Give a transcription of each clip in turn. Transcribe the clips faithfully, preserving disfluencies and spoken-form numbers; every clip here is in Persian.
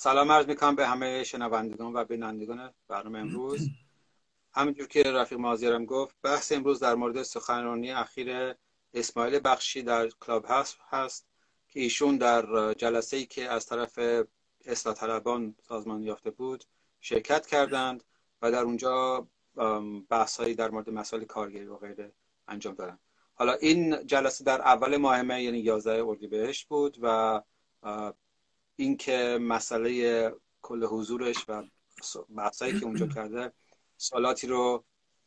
سلام عرض میکنم به همه شنوندگان و بینندگان برنامه امروز. همینجور که رفیق مازیارم گفت، بحث امروز در مورد سخنرانی اخیر اسماعیل بخشی در کلاب هاوس هست که ایشون در جلسه‌ای که از طرف اصلاح طلبان سازمان یافته بود شرکت کردند و در اونجا بحث‌هایی در مورد مسائل کارگری و غیره انجام دادند. حالا این جلسه در اول ماه مه یعنی یازده اردیبهشت بود و این که مسئله کل حضورش و بحثایی که اونجا کرده سوالاتی رو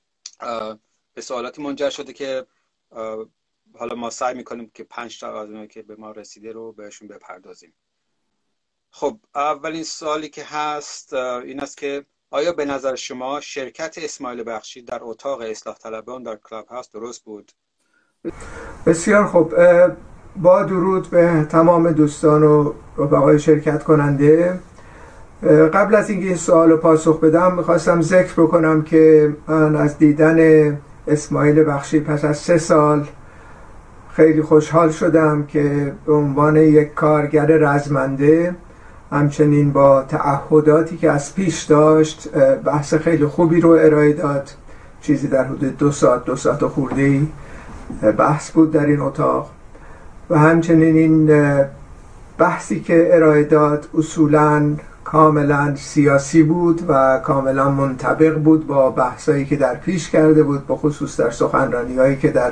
به سوالاتی منجر شده که حالا ما سعی میکنیم که پنج تا از اونایی که به ما رسیده رو بهشون بپردازیم. خب اولین سوالی که هست این است که آیا به نظر شما شرکت اسماعیل بخشی در اتاق اصلاح طلبان در کلاب هاوس درست بود؟ بسیار خوب. با درود به تمام دوستان و رفقای شرکت کننده، قبل از اینکه این سوال رو پاسخ بدم میخواستم ذکر بکنم که من از دیدن اسماعیل بخشی پس از سه سال خیلی خوشحال شدم که به عنوان یک کارگر رزمنده، همچنین با تعهداتی که از پیش داشت، بحث خیلی خوبی رو ارائه داد. چیزی در حدود دو ساعت دو ساعت خورده‌ای بحث بود در این اتاق و همچنین این بحثی که ارائه داد اصولاً کاملا سیاسی بود و کاملا منطبق بود با بحثایی که در پیش کرده بود، با خصوص در سخنرانی‌هایی که در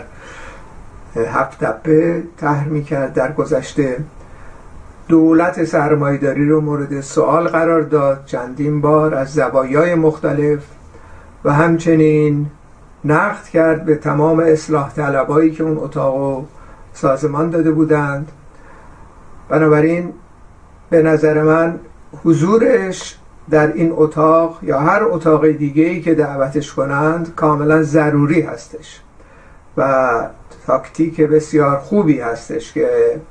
هفت تپه طرح می‌کرد در گذشته. دولت سرمایه‌داری رو مورد سوال قرار داد چندین بار از زوایای مختلف و همچنین نقد کرد به تمام اصلاح طلبایی که اون اتاقو سازمان داده بودند. بنابراین به نظر من حضورش در این اتاق یا هر اتاق دیگه‌ای که دعوتش کنند کاملا ضروری هستش و تاکتیک بسیار خوبی هستش که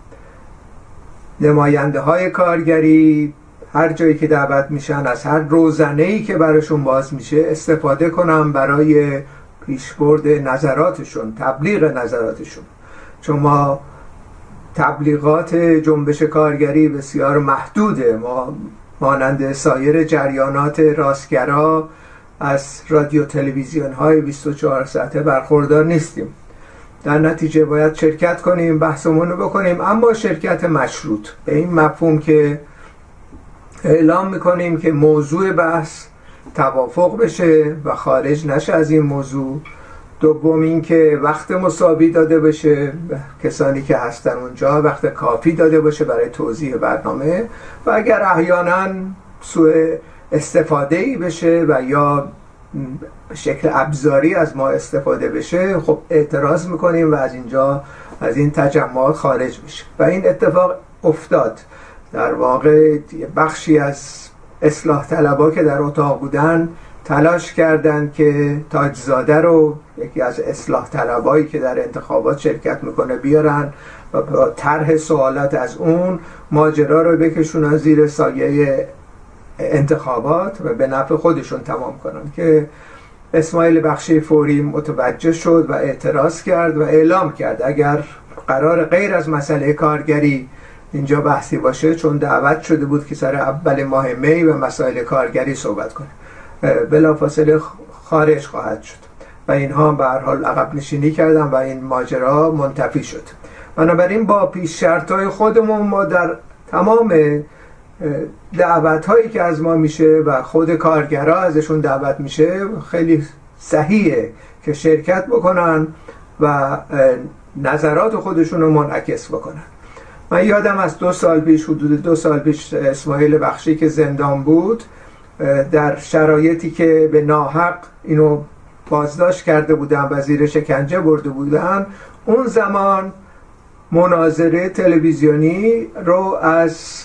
نماینده های کارگری هر جایی که دعوت میشن از هر روزنه‌ای که براشون باز میشه استفاده کنن برای پیشبرد نظراتشون، تبلیغ نظراتشون. چون ما تبلیغات جنبش کارگری بسیار محدوده، ما مانند سایر جریانات راستگرا از رادیو تلویزیون های بیست و چهار ساعته برخوردار نیستیم. در نتیجه باید شرکت کنیم، بحثمون رو بکنیم، اما شرکت مشروط، به این مفهوم که اعلام میکنیم که موضوع بحث توافق بشه و خارج نشه از این موضوع. دوم این که وقت مساوی داده بشه، کسانی که هستن اونجا وقت کافی داده باشه برای توضیح برنامه و اگر احیانا سوء استفاده ای بشه و یا به شکل ابزاری از ما استفاده بشه، خب اعتراض میکنیم و از اینجا از این تجمعات خارج بشه و این اتفاق افتاد. در واقع بخشی از اصلاح طلبا که در اتاق بودن تلاش کردند که تاجزاده رو، یکی از اصلاح طلبایی که در انتخابات شرکت میکنه، بیارن و با طرح سوالات از اون ماجرا رو بکشونن زیر سایه انتخابات و به نفع خودشون تمام کنن، که اسماعیل بخشی فوری متوجه شد و اعتراض کرد و اعلام کرد اگر قرار غیر از مسئله کارگری اینجا بحثی باشه، چون دعوت شده بود که سر اول ماه می و مسائل کارگری صحبت کنه، بلافاصله خارج خواهد شد و اینها به هر حال عقب نشینی کردن و این ماجرا منتفی شد. بنابراین با پیش شرطهای خودمون ما در تمام دعوت هایی که از ما میشه و خود کارگرها ازشون دعوت میشه خیلی صحیحه که شرکت بکنن و نظرات خودشون رو منعکس بکنن. من یادم از دو سال پیش، حدود دو سال پیش، اسماعیل بخشی که زندان بود، در شرایطی که به ناحق اینو بازداشت کرده بودن و زیر شکنجه برده بودن، اون زمان مناظره تلویزیونی رو از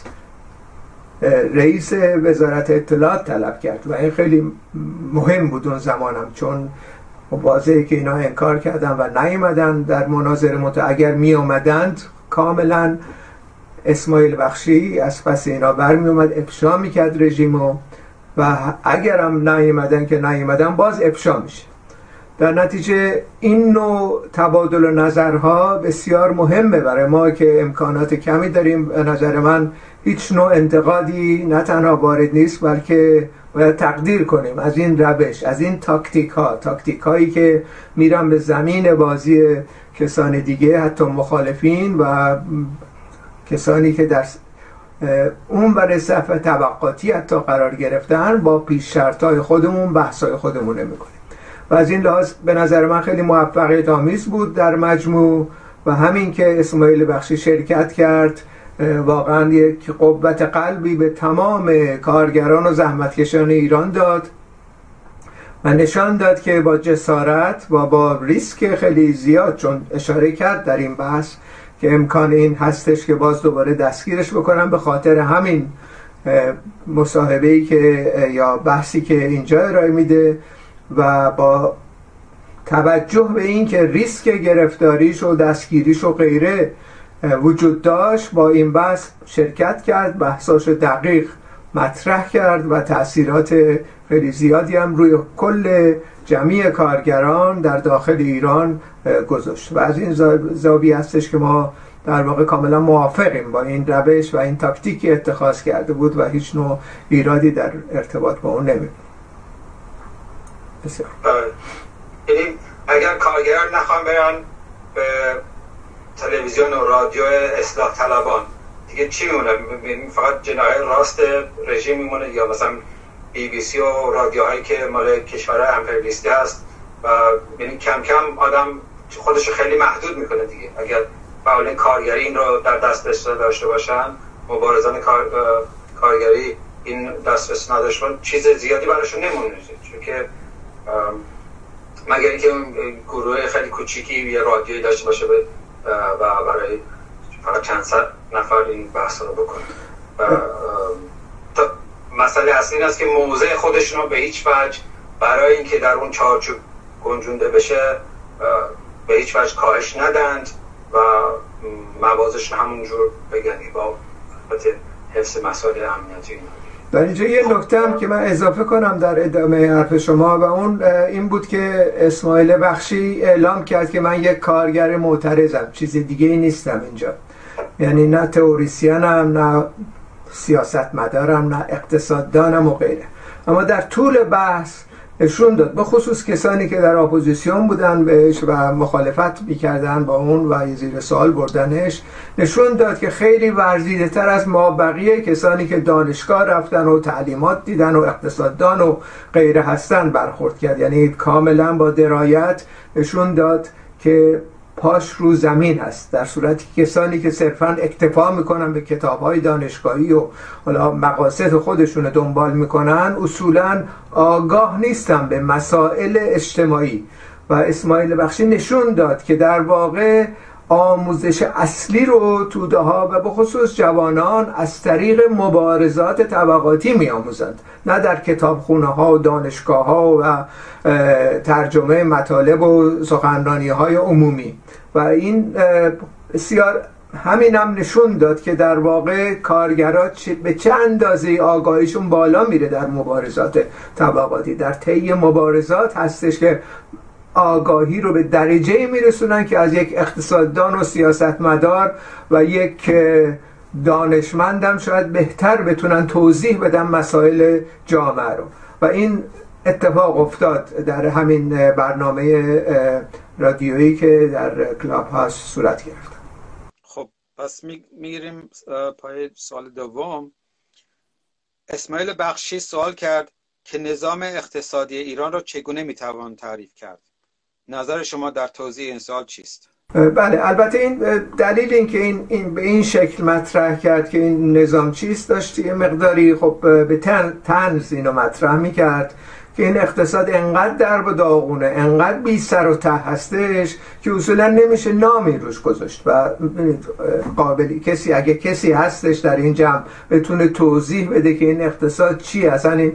رئیس وزارت اطلاعات طلب کرد و این خیلی مهم بود اون زمانم، چون واضحه که اینا انکار کردن و نیومدن در مناظره. مت اگر می اومدند کاملا اسماعیل بخشی از پس اینا برمی اومد، افشا میکرد رژیمو، و اگرم نیومدن که نیومدن باز افشا میشه. در نتیجه این نوع تبادل نظرها بسیار مهمه برای ما که امکانات کمی داریم. به نظر من هیچ نوع انتقادی نه تنها وارد نیست، بلکه باید تقدیر کنیم از این روش، از این تاکتیک ها تاکتیک هایی که میرن به زمین بازی کسان دیگه، حتی مخالفین و کسانی که در اون ور صف طبقاتی حتی قرار گرفتن، با پیش شرط های خودمون بحث های خودمون میکنیم و از این لحاظ به نظر من خیلی موفقیت آمیز بود در مجموع. و همین که اسماعیل بخشی شرکت کرد واقعا یک قوت قلبی به تمام کارگران و زحمتکشان ایران داد و نشان داد که با جسارت و با ریسک خیلی زیاد، چون اشاره کرد در این بحث که امکان این هستش که باز دوباره دستگیرش بکنن به خاطر همین مصاحبه‌ای که یا بحثی که اینجا ارائه میده، و با توجه به این که ریسک گرفتاریش و دستگیریش و غیره وجود داشت، با این بحث شرکت کرد، بحثاش دقیق مطرح کرد و تأثیرات خیلی زیادی هم روی کل جمعی کارگران در داخل ایران گذاشت و از این زاویه هستش که ما در واقع کاملا موافقیم با این روش و این تاکتیکی اتخاذ کرده بود و هیچ نوع ایرادی در ارتباط با اون نمید. بسیار. یعنی اگر کارگران نخوان برن به تلویزیون و رادیو اصلاح طلبان دیگه چی میمونه؟ فقط جناح راست رژیم میمونه، یا مثلا بی بی سی و رادیوهایی که مال کشورهای امپریالیستی هست و یعنی کم کم آدم خودش خیلی محدود میکنه دیگه. اگر فعالین کارگری این رو در دسترس داشته باشن، مبارزان کار، کارگری این دسترس نداشتن، چیز زیادی براشون نمونه، چون که مگر اینکه گروه خیلی کوچیکی یه رادیویی داشته باشه و برای فقط چند صد نفر این بحث رو بکنه. مسئله اصلی این است که موضع خودشون رو به هیچ وجه برای اینکه در اون چارچوب گنجونده بشه به هیچ وجه کاهش ندند و موازشون همونجور بگنی با حفظ مسائل امنیتی. در اینجا یه نکته هم که من اضافه کنم در ادامه حرف شما و اون این بود که اسماعیل بخشی اعلام کرد که من یک کارگر معترضم، چیز دیگه ای نیستم اینجا، یعنی نه تئوریسینم، نه سیاستمدارم، نه اقتصاددانم و غیره. اما در طول بحث نشون داد، به خصوص کسانی که در اپوزیسیون بودن بهش و مخالفت میکردن با اون و زیر سوال بردنش، نشون داد که خیلی ورزیده تر از ما بقیه کسانی که دانشگاه رفتن و تعلیمات دیدن و اقتصاددان و غیره هستن برخورد کرد. یعنی کاملا با درایت نشون داد که پاش رو زمین هست، در صورتی که کسانی که صرفاً اکتفا میکنن به کتاب‌های دانشگاهی و حالا مقاصد خودشون دنبال میکنن اصولاً آگاه نیستن به مسائل اجتماعی. و اسماعیل بخشی نشون داد که در واقع آموزش اصلی رو توده ها و به خصوص جوانان از طریق مبارزات طبقاتی می آموزند، نه در کتابخونه ها و دانشگاه ها و ترجمه مطالب و سخنرانی های عمومی. و این بسیار همین هم نشون داد که در واقع کارگران به چه اندازه آگاهیشون بالا میره در مبارزات طبقاتی. در طی مبارزات هستش که آگاهی رو به درجه میرسونن که از یک اقتصاددان و سیاستمدار و یک دانشمندم شاید بهتر بتونن توضیح بدن مسائل جامعه رو. و این اتفاق افتاد در همین برنامه رادیویی که در کلاب هاوس صورت گرفت. خب پس میگیریم پای سوال دوم. اسماعیل بخشی سوال کرد که نظام اقتصادی ایران را چگونه میتوان تعریف کرد؟ نظر شما در توضیح این سوال چیست؟ بله، البته این دلیل این که این, این به این شکل مطرح کرد که این نظام چیست داشت یه مقداری خب به طنز اینو مطرح میکرد که این اقتصاد انقدر درب و داغونه، انقدر بی سر و ته هستش که اصولا نمیشه نامی روش گذاشت. و قابلی کسی اگه کسی هستش در این جمع بتونه توضیح بده که این اقتصاد چی، اصلا این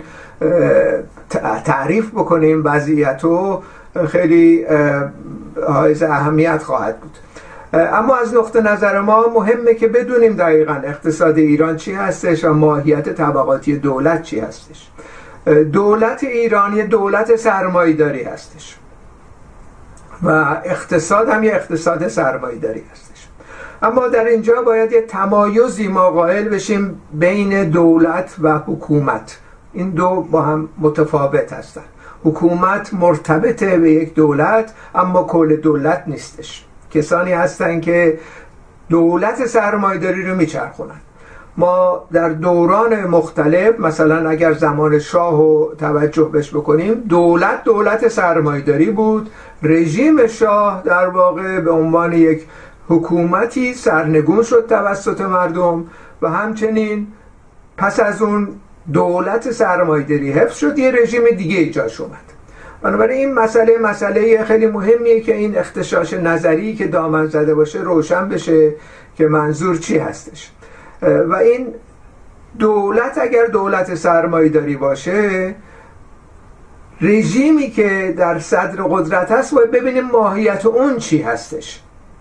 تعریف بکنه این وضعیتو، خیلی حائز اهمیت خواهد بود. اما از نقطه نظر ما مهمه که بدونیم دقیقاً اقتصاد ایران چی هستش و ماهیت طبقاتی دولت چی هستش. دولت ایران یه دولت سرمایه‌داری هستش و اقتصاد هم یه اقتصاد سرمایه‌داری هستش. اما در اینجا باید یه تمایزی ما قائل بشیم بین دولت و حکومت. این دو با هم متفاوت هستن. حکومت مرتبطه به یک دولت اما کل دولت نیستش. کسانی هستن که دولت سرمایه‌داری رو میچرخونن. ما در دوران مختلف، مثلا اگر زمان شاه رو توجه بش بکنیم، دولت دولت سرمایه‌داری بود. رژیم شاه در واقع به عنوان یک حکومتی سرنگون شد توسط مردم و همچنین پس از اون دولت سرمایه‌داری حفظ شد، یه رژیم دیگه ایجاش اومد. بنابراین این مسئله مسئله خیلی مهمیه که این اختشاش نظری که دامن زده باشه روشن بشه که منظور چی هستش. و این دولت اگر دولت سرمایه‌داری باشه، رژیمی که در صدر قدرت هست باید ببینیم ماهیت اون چی هستش.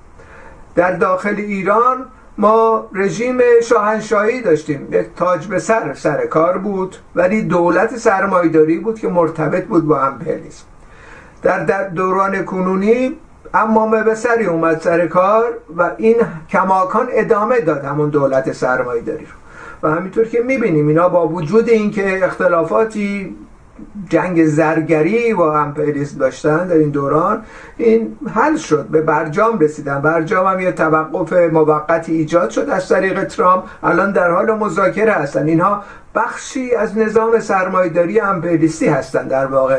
در داخل ایران ما رژیم شاهنشاهی داشتیم، یک تاج به سر سر کار بود، ولی دولت سرمایه‌داری بود که مرتبط بود با امپریالیسم. در, در دوران کنونی امامه به سری اومد سر کار و این کماکان ادامه داد همون دولت سرمایه‌داری رو. و همینطور که میبینیم اینا با وجود اینکه اختلافاتی، جنگ زرگری و امپریالیسم داشتن در این دوران، این حل شد، به برجام رسیدن. برجام هم یه توقف موقتی ایجاد شد از طریق ترامپ، الان در حال مذاکره هستن. اینها بخشی از نظام سرمایه‌داری امپریالیستی هستن. در واقع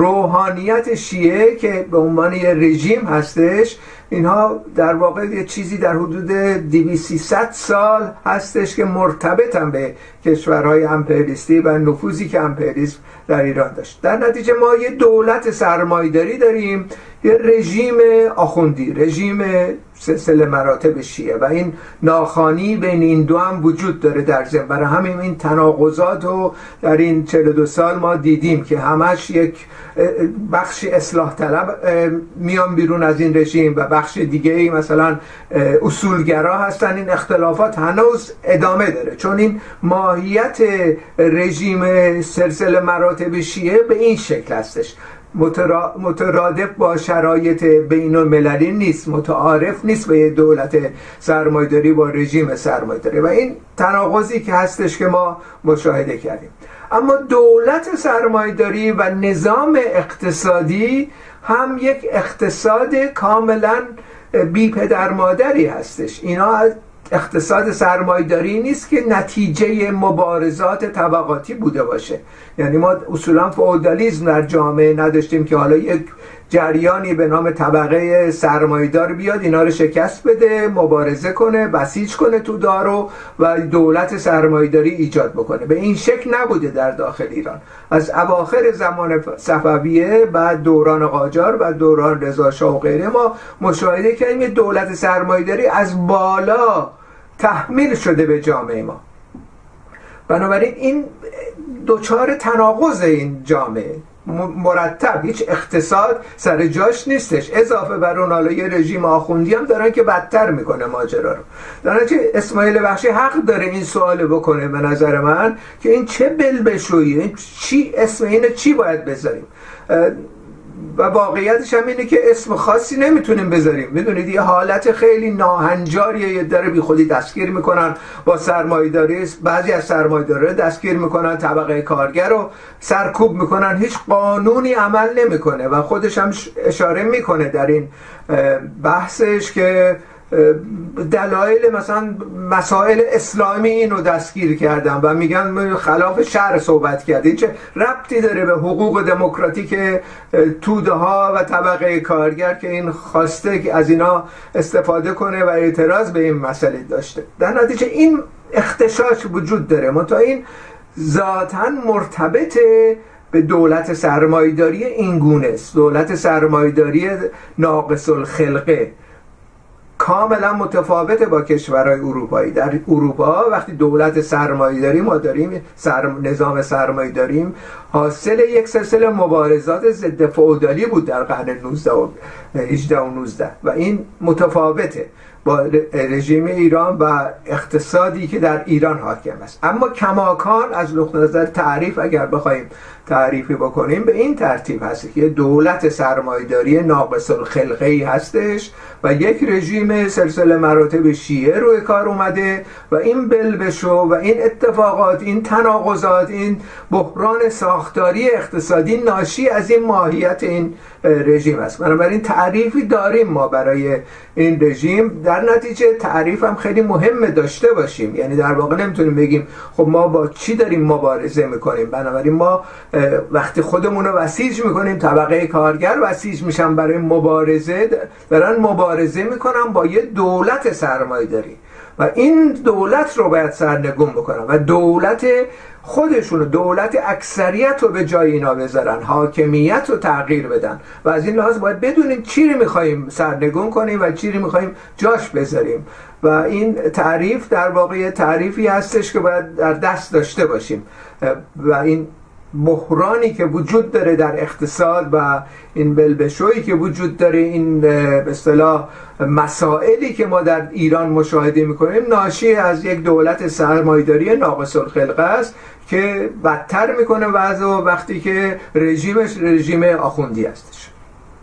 روحانیت شیعه که به عنوان یه رژیم هستش، اینها در واقع یه چیزی در حدود دویست سیصد سال هستش که مرتبطن به کشورهای امپریالیستی و نفوذی که امپریالیسم در ایران داشت. در نتیجه ما یه دولت سرمایه‌داری داریم، یه رژیم آخوندی، رژیم سلسله مراتب شیعه، و این ناخوانی بین این دو هم وجود داره در ضمن. برای همین این تناقضات رو در این چهل و دو سال ما دیدیم که همش یک بخشی اصلاح طلب میان بیرون از این رژیم و بخش دیگه ای مثلا اصولگرا هستن. این اختلافات هنوز ادامه داره، چون این ماهیت رژیم سلسله مراتب شیعه به این شکل هستش، مترا... مترادف با شرایط بین المللی نیست، متعارف نیست به یه دولت سرمایه‌داری با رژیم سرمایه‌داری، و این تناقضی که هستش که ما مشاهده کردیم. اما دولت سرمایه‌داری و نظام اقتصادی هم یک اقتصاد کاملا بی پدر مادری هستش. اینا اقتصاد سرمایه‌داری نیست که نتیجه مبارزات طبقاتی بوده باشه. یعنی ما اصولا فئودالیسم در جامعه نداشتیم که حالا یک جریانی به نام طبقه سرمایه‌دار بیاد اینا رو شکست بده، مبارزه کنه، بسیج کنه تو دارو و دولت سرمایه‌داری ایجاد بکنه. به این شکل نبوده در داخل ایران. از اواخر زمان صفویه، بعد دوران قاجار و دوران رضا شاه و غیره، ما مشاهده کردیم دولت سرمایه‌داری از بالا تحمیل شده به جامعه ما. بنابراین این دوچار تناقض این جامعه مرتب، هیچ اقتصاد سر جاش نیستش. اضافه بر اون حالا یه رژیم آخوندی هم دارن که بدتر میکنه ماجرا رو. در نتیجه اسماعیل بخشی حق داره این سوال بکنه به نظر من که این چه بلبشویی، چی اسم اینه، چی باید بذاریم. و واقعیتش هم اینه که اسم خاصی نمیتونیم بذاریم. میدونید یه حالت خیلی ناهنجاریه، یه داره بی خودی دستگیر میکنن با سرمایه‌داری، بعضی از سرمایه‌دارا دستگیر میکنن، طبقه کارگر رو سرکوب میکنن، هیچ قانونی عمل نمیکنه. و خودش هم اشاره میکنه در این بحثش که دلایل مثلا مسائل اسلامی اینو دستگیر کردن و میگن خلاف شرع صحبت کردی. چه ربطی داره به حقوق دموکراتیک توده ها و طبقه کارگر که این خواسته که از اینا استفاده کنه و اعتراض به این مسئله داشته؟ در نتیجه این اختشاش وجود داره، منتها این ذاتاً مرتبطه به دولت سرمایه‌داری این گونه است. دولت سرمایه‌داری ناقص الخلقه کاملا متفاوته با کشورهای اروپایی. در اروپا وقتی دولت سرمایه‌داری ما داریم، سر... نظام سرمایه‌داری حاصل یک سلسله مبارزات ضد فئودالی بود در قرن نوزده و هجده و نوزده و این متفاوته با رژیم ایران و اقتصادی که در ایران حاکم است. اما کماکان از نقطه نظر تعریف اگر بخوایم تعریفی بکنیم به این ترتیب هست که دولت سرمایه‌داری ناقص الخلقه‌ای هستش و یک رژیم سلسله مراتب شیعه روی کار اومده و این بلبشو و این اتفاقات، این تناقضات، این بحران ساختاری اقتصادی ناشی از این ماهیت این رژیم است. بنابراین تعریفی داریم ما برای این رژیم. در نتیجه تعریف هم خیلی مهمه داشته باشیم، یعنی در واقع نمیتونیم بگیم خب ما با چی داریم مبارزه میکنیم. بنابراین ما وقتی خودمون رو بسیج میکنیم، طبقه کارگر بسیج میشن برای مبارزه، دارن مبارزه میکنن با یه دولت سرمایه‌داری و این دولت رو باید سرنگون بکنن و دولت خودشون، دولت اکثریت رو به جای اینا بذارن، حاکمیت رو تغییر بدن و از این لحاظ باید بدونیم چی رو میخواییم سرنگون کنیم و چی رو میخواییم جاش بذاریم و این تعریف در واقع تعریفی هستش که باید در دست داشته باشیم و این بحرانی که وجود داره در اقتصاد و این بلبشویی که وجود داره، این به اصطلاح مسائلی که ما در ایران مشاهده میکنیم ناشی از یک دولت سرمایه‌داری ناقص الخلقه است که بدتر میکنه وضع وقتی که رژیمش رژیم آخوندی هستش.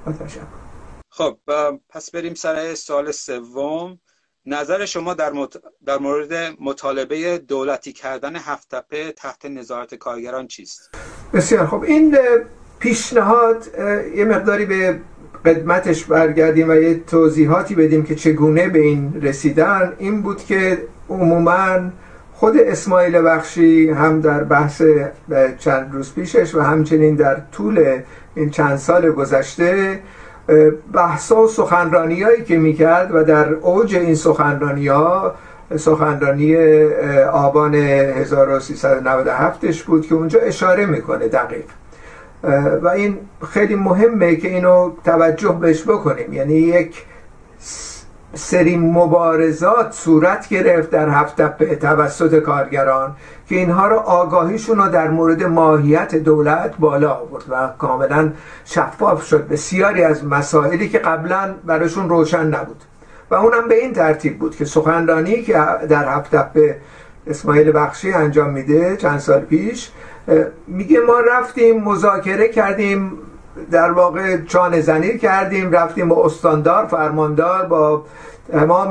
خب پس بریم سر سوال سوم. نظر شما در, مت... در مورد مطالبه دولتی کردن هفت تپه تحت نظارت کارگران چیست؟ بسیار خب، این پیشنهاد یه مقداری به قدمتش برگردیم و یه توضیحاتی بدیم که چگونه به این رسیدن. این بود که عموماً خود اسماعیل بخشی هم در بحث چند روز پیشش و همچنین در طول این چند سال گذشته بحثا و سخنرانی هایی که میکرد و در اوج این سخنرانی ها سخنرانی آبان هزار و سیصد و نود و هفتش بود که اونجا اشاره میکنه دقیق و این خیلی مهمه که اینو توجه بهش بکنیم. یعنی یک سری مبارزات صورت گرفت در هفت تپه توسط کارگران که اینها رو آگاهیشون رو در مورد ماهیت دولت بالا آورد و کاملا شفاف شد بسیاری از مسائلی که قبلا براشون روشن نبود و اونم به این ترتیب بود که سخنرانی که در هفت تپه اسماعیل بخشی انجام میده چند سال پیش، میگه ما رفتیم مذاکره کردیم، در واقع چانه زنی کردیم، رفتیم با استاندار، فرماندار، با تمام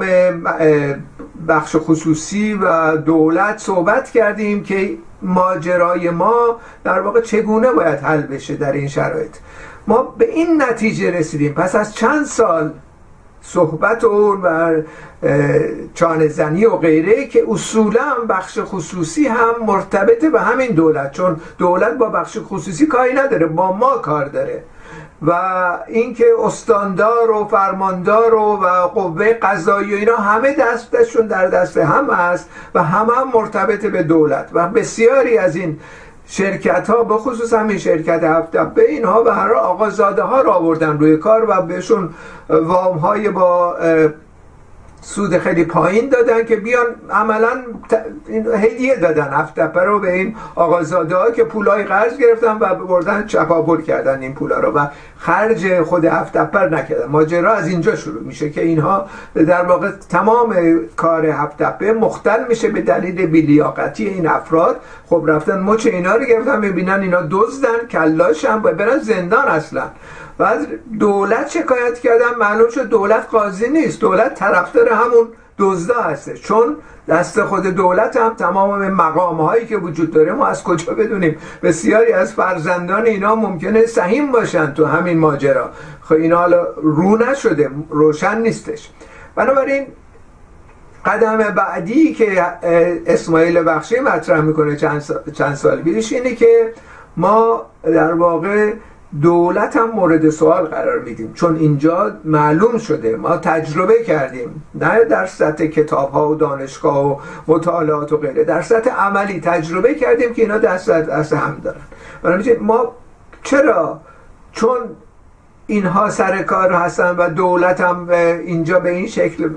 بخش خصوصی و دولت صحبت کردیم که ماجرای ما در واقع چگونه باید حل بشه در این شرایط. ما به این نتیجه رسیدیم پس از چند سال صحبت و چانه زنی و غیره که اصولا بخش خصوصی هم مرتبط به همین دولت، چون دولت با بخش خصوصی کاری نداره، با ما کار داره و اینکه استاندار و فرماندار و, و قوه قضایی و اینا همه دستشون در دست هم است و همه هم مرتبط به دولت و بسیاری از این شرکت ها به خصوص همین شرکت هفت تپه اینها به هر آقازاده ها را آوردن روی کار و بهشون وام های با سود خیلی پایین دادن که بیان عملا هدیه دادن هفت تپه رو به این آقازاده ها که پولای قرض گرفتن و بردن چپاول کردن این پولا رو و خرج خود هفت تپه نکردن. ماجرا از اینجا شروع میشه که اینها در واقع تمام کار هفت تپه مختل میشه به دلیل بی‌لیاقتی این افراد. خب رفتن مچ اینا رو گرفتن، میبینن اینا دزدن، کلاشن و برن زندان اصلا. بعد دولت شکایت کردن، معلوم شد دولت قاضی نیست، دولت طرفدار همون دزدا هستش، چون دست خود دولت هم تمام مقام هایی که وجود داره ما از کجا بدونیم؟ بسیاری از فرزندان اینا ممکنه سهیم باشن تو همین ماجرا. خب اینا حالا رو نشده، روشن نیستش. بنابراین قدم بعدی که اسماعیل بخشی مطرح میکنه چند سال, چند سال پیش اینه که ما در واقع دولت هم مورد سوال قرار میدیم، چون اینجا معلوم شده، ما تجربه کردیم، نه در سطح کتاب ها و دانشگاه و مطالعات و غیره، در سطح عملی تجربه کردیم که اینا دست دست هم دارن. بنابراین ما چرا؟ چون اینها سر کار هستن و دولت هم اینجا به این شکل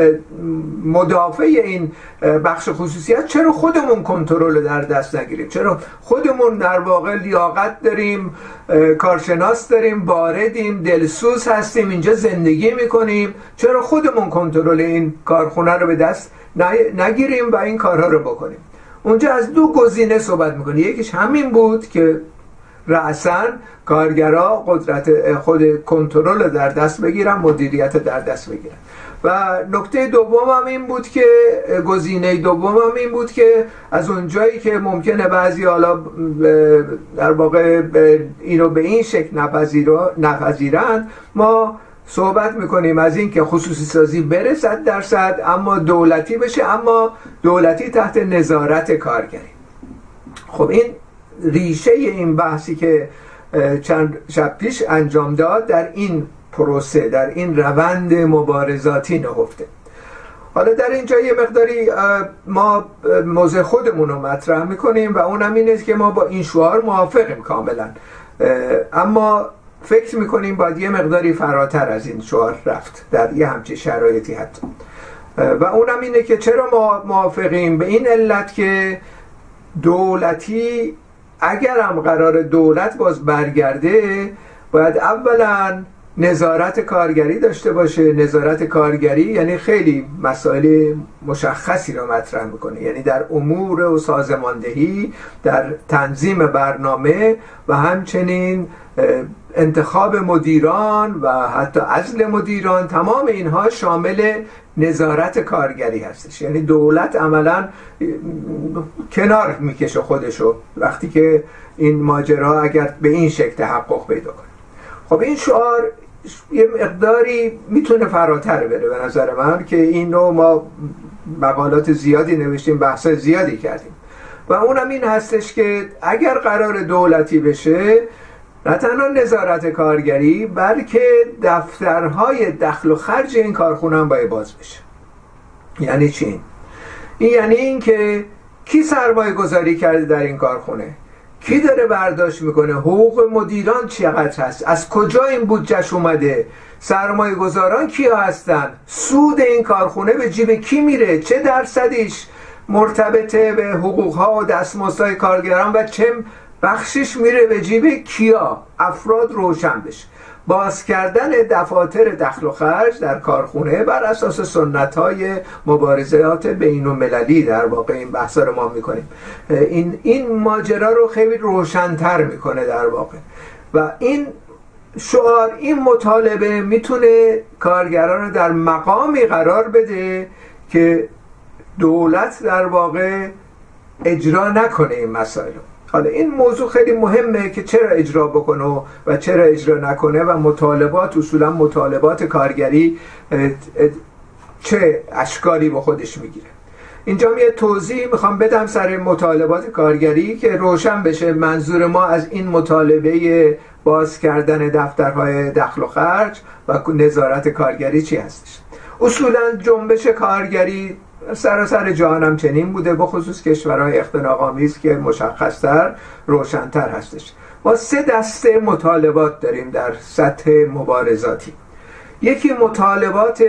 مدافع این بخش خصوصیت، چرا خودمون کنترل در دست نگیریم؟ چرا خودمون در واقع لیاقت داریم، کارشناس داریم، واردیم، دلسوز هستیم، اینجا زندگی میکنیم، چرا خودمون کنترل این کارخونه رو به دست نگیریم و این کارها رو بکنیم؟ اونجا از دو گزینه صحبت میکنه. یکیش همین بود که رأساً کارگرها قدرت خود کنترل در دست بگیرن، مدیریت در دست بگیرن. و نکته دوم هم این بود که گزینه دوم هم این بود که از اونجایی که ممکنه بعضی حالا در واقع اینو به این شکل نپذیرند، ما صحبت میکنیم از این که خصوصی سازی بره صد درصد، اما دولتی بشه، اما دولتی تحت نظارت کارگری. خب این ریشه این بحثی که چند شب پیش انجام داد در این پروسه، در این روند مبارزاتی نهفته. حالا در اینجا یه مقداری ما موضع خودمون رو مطرح میکنیم و اونم اینه که ما با این شعار موافقیم کاملا، اما فکر میکنیم باید یه مقداری فراتر از این شعار رفت در یه همچین شرایطی حتی. و اونم اینه که چرا ما موافقیم؟ به این علت که دولتی اگر هم قرار دولت باز برگرده، باید اولا نظارت کارگری داشته باشه. نظارت کارگری یعنی خیلی مسائل مشخصی رو مطرح میکنه، یعنی در امور و سازماندهی، در تنظیم برنامه و همچنین انتخاب مدیران و حتی عزل مدیران. تمام اینها شامل نظارت کارگری هستش. یعنی دولت عملا کنار میکشه خودشو وقتی که این ماجرا اگر به این شکل تحقق پیدا کنه. خب این شعار یه مقداری میتونه فراتر بره به نظر من، که این رو ما مقالات زیادی نوشتیم، بحث زیادی کردیم و اونم این هستش که اگر قرار دولتی بشه، نه تنها نظارت کارگری بلکه دفترهای دخل و خرج این کارخونه هم باید باز بشه. یعنی چی؟ این یعنی این که کی سرمایه گذاری کرده در این کارخونه، کی داره برداشت میکنه، حقوق مدیران چقدر هست، از کجا این بودجهش اومده، سرمایه گذاران کیا هستن، سود این کارخونه به جیب کی میره، چه درصدیش مرتبطه به حقوقها و دستمزدهای کارگران و چه بخشش میره به جیب کیا. افراد روشن بشه. باز کردن دفاتر دخل و خرج در کارخونه بر اساس سنت‌های مبارزات بین‌المللی، در واقع این بحثا رو ما میکنیم. این این ماجرا رو خیلی روشن‌تر میکنه در واقع. و این شعار، این مطالبه میتونه کارگران رو در مقامی قرار بده که دولت در واقع اجرا نکنه این مسائل. حالا این موضوع خیلی مهمه که چرا اجرا بکنه و چرا اجرا نکنه و مطالبات، اصولا مطالبات کارگری چه اشکالی به خودش میگیره. اینجا یه توضیح میخوام بدم سر مطالبات کارگری که روشن بشه منظور ما از این مطالبه باز کردن دفترهای دخل و خرج و نظارت کارگری چی هستش. اصولا جنبش کارگری سراسر جهان هم چنین بوده، به خصوص کشورهای اختناق‌آمیز که مشخص‌تر، روشن‌تر هستش. ما سه دسته مطالبات داریم در سطح مبارزاتی. یکی مطالبات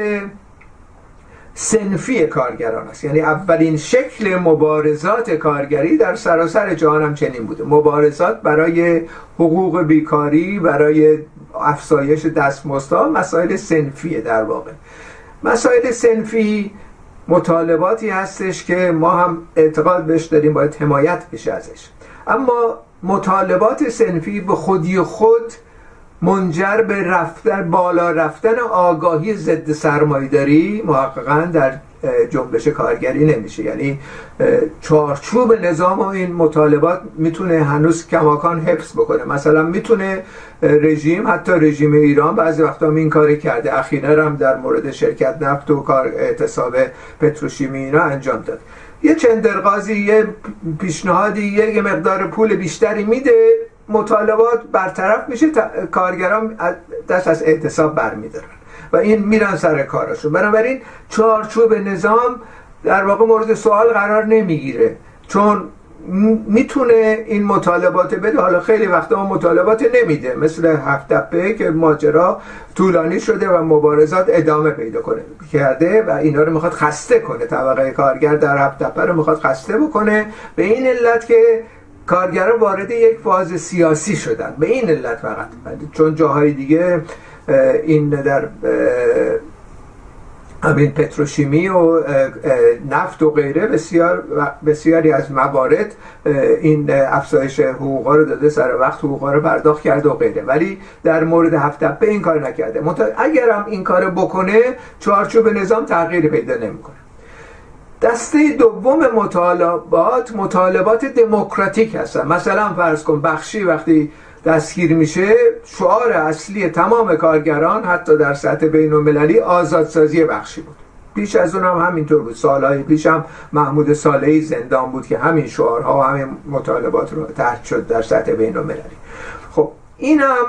صنفی کارگران است، یعنی اولین شکل مبارزات کارگری در سراسر جهان هم چنین بوده. مبارزات برای حقوق بیکاری، برای افزایش دستمزدها، مسائل صنفیه در واقع. مسائل صنفی مطالباتی هستش که ما هم اعتقاد بهش داریم باید حمایت بشه ازش، اما مطالبات صنفی به خودی خود منجر به رفتن بالا رفتن آگاهی ضد سرمایه‌داری محققاً در جنبش کارگری نمیشه. یعنی چارچوب نظام و این مطالبات میتونه هنوز کماکان حفظ بکنه. مثلا میتونه رژیم، حتی رژیم ایران بعضی وقتا هم این کاری کرده، اخیراً هم در مورد شرکت نفت و کار اعتصاب پتروشیمی اینا انجام داد، یه چندرغازی، یه پیشنهادی، یه مقدار پول بیشتری میده، مطالبات برطرف میشه، کارگران دست از اعتصاب برمیدارن و این میرن سر کارشون. بنابراین چارچوب نظام در واقع مورد سوال قرار نمیگیره، چون میتونه این مطالبات بده. حالا خیلی وقتا مطالبات نمیده، مثل هفت تپه که ماجرا طولانی شده و مبارزات ادامه پیدا کنه کرده و اینا رو میخواد خسته کنه، طبقه کارگر در هفت تپه رو میخواد خسته بکنه، به این علت که کارگران وارد یک فاز سیاسی شدن، به این علت فقط. چون جاهای دیگه این در همین پتروشیمی و نفت و غیره بسیار بسیاری از موارد این افزایش حقوقا رو داده، سر وقت حقوقا رو پرداخت کرده و غیره، ولی در مورد هفت تپه این کار نکرده. اگر هم این کار بکنه چارچوب نظام تغییر پیدا نمیکنه. دسته دوم مطالبات مطالبات دموکراتیک هستن. مثلا فرض کن بخشی وقتی دستگیر میشه، شعار اصلی تمام کارگران حتی در سطح بین المللی آزادسازی بخشی بود. پیش از اون هم همینطور بود. سالهای پیش هم محمود صالحی زندان بود که همین شعارها و همین مطالبات رو تحت شد در سطح بین المللی. خب این هم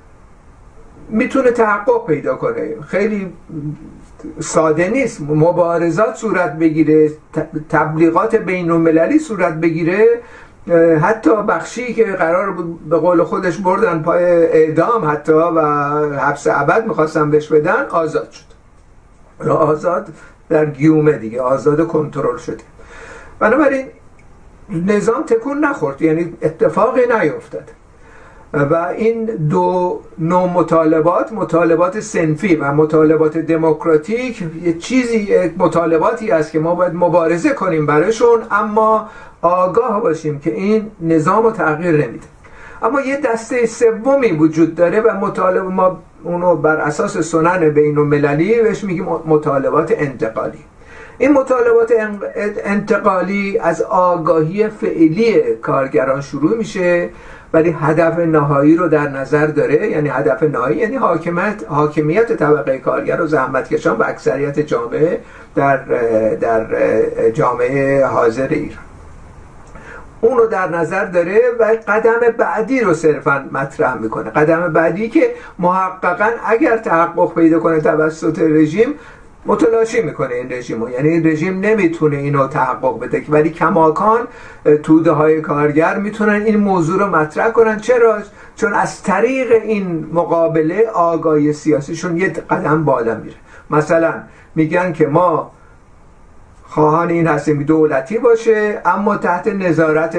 میتونه تحقق پیدا کنه. خیلی ساده نیست. مبارزات صورت بگیره، تبلیغات بین المللی صورت بگیره، حتی بخشی که قرار بود به قول خودش بردن پای اعدام حتی و حبس ابد میخواستن بهش بدن، آزاد شد. آزاد در گیومه دیگه، آزاد کنترل شده. بنابراین نظام تکون نخورد، یعنی اتفاقی نیفتاد و این دو نوع مطالبات، مطالبات صنفی و مطالبات دموکراتیک، یه چیزی مطالباتی است که ما باید مبارزه کنیم برایشون، اما آگاه باشیم که این نظام رو تغییر نمیده. اما یه دسته سومی وجود داره و مطالب ما اونو بر اساس سنن بین المللی بهش میگیم مطالبات انتقالی. این مطالبات انتقالی از آگاهی فعلی کارگران شروع میشه، ولی هدف نهایی رو در نظر داره. یعنی هدف نهایی یعنی حاکمیت حاکمیت طبقه کارگر و زحمتکشان و اکثریت جامعه در در جامعه حاضر ایران. اون رو در نظر داره و قدم بعدی رو صرفا مطرح میکنه. قدم بعدی که محققا اگر تحقق پیدا کنه توسط رژیم، متلاشی میکنه این رژیم رو. یعنی این رژیم نمیتونه اینو تحقق بده، ولی کماکان توده های کارگر میتونن این موضوع رو مطرح کنن. چرا؟ چون از طریق این مقابله آگاهی سیاسیشون یه قدم بالا میره. مثلا میگن که ما خواهان این هستیم دولتی باشه اما تحت نظارت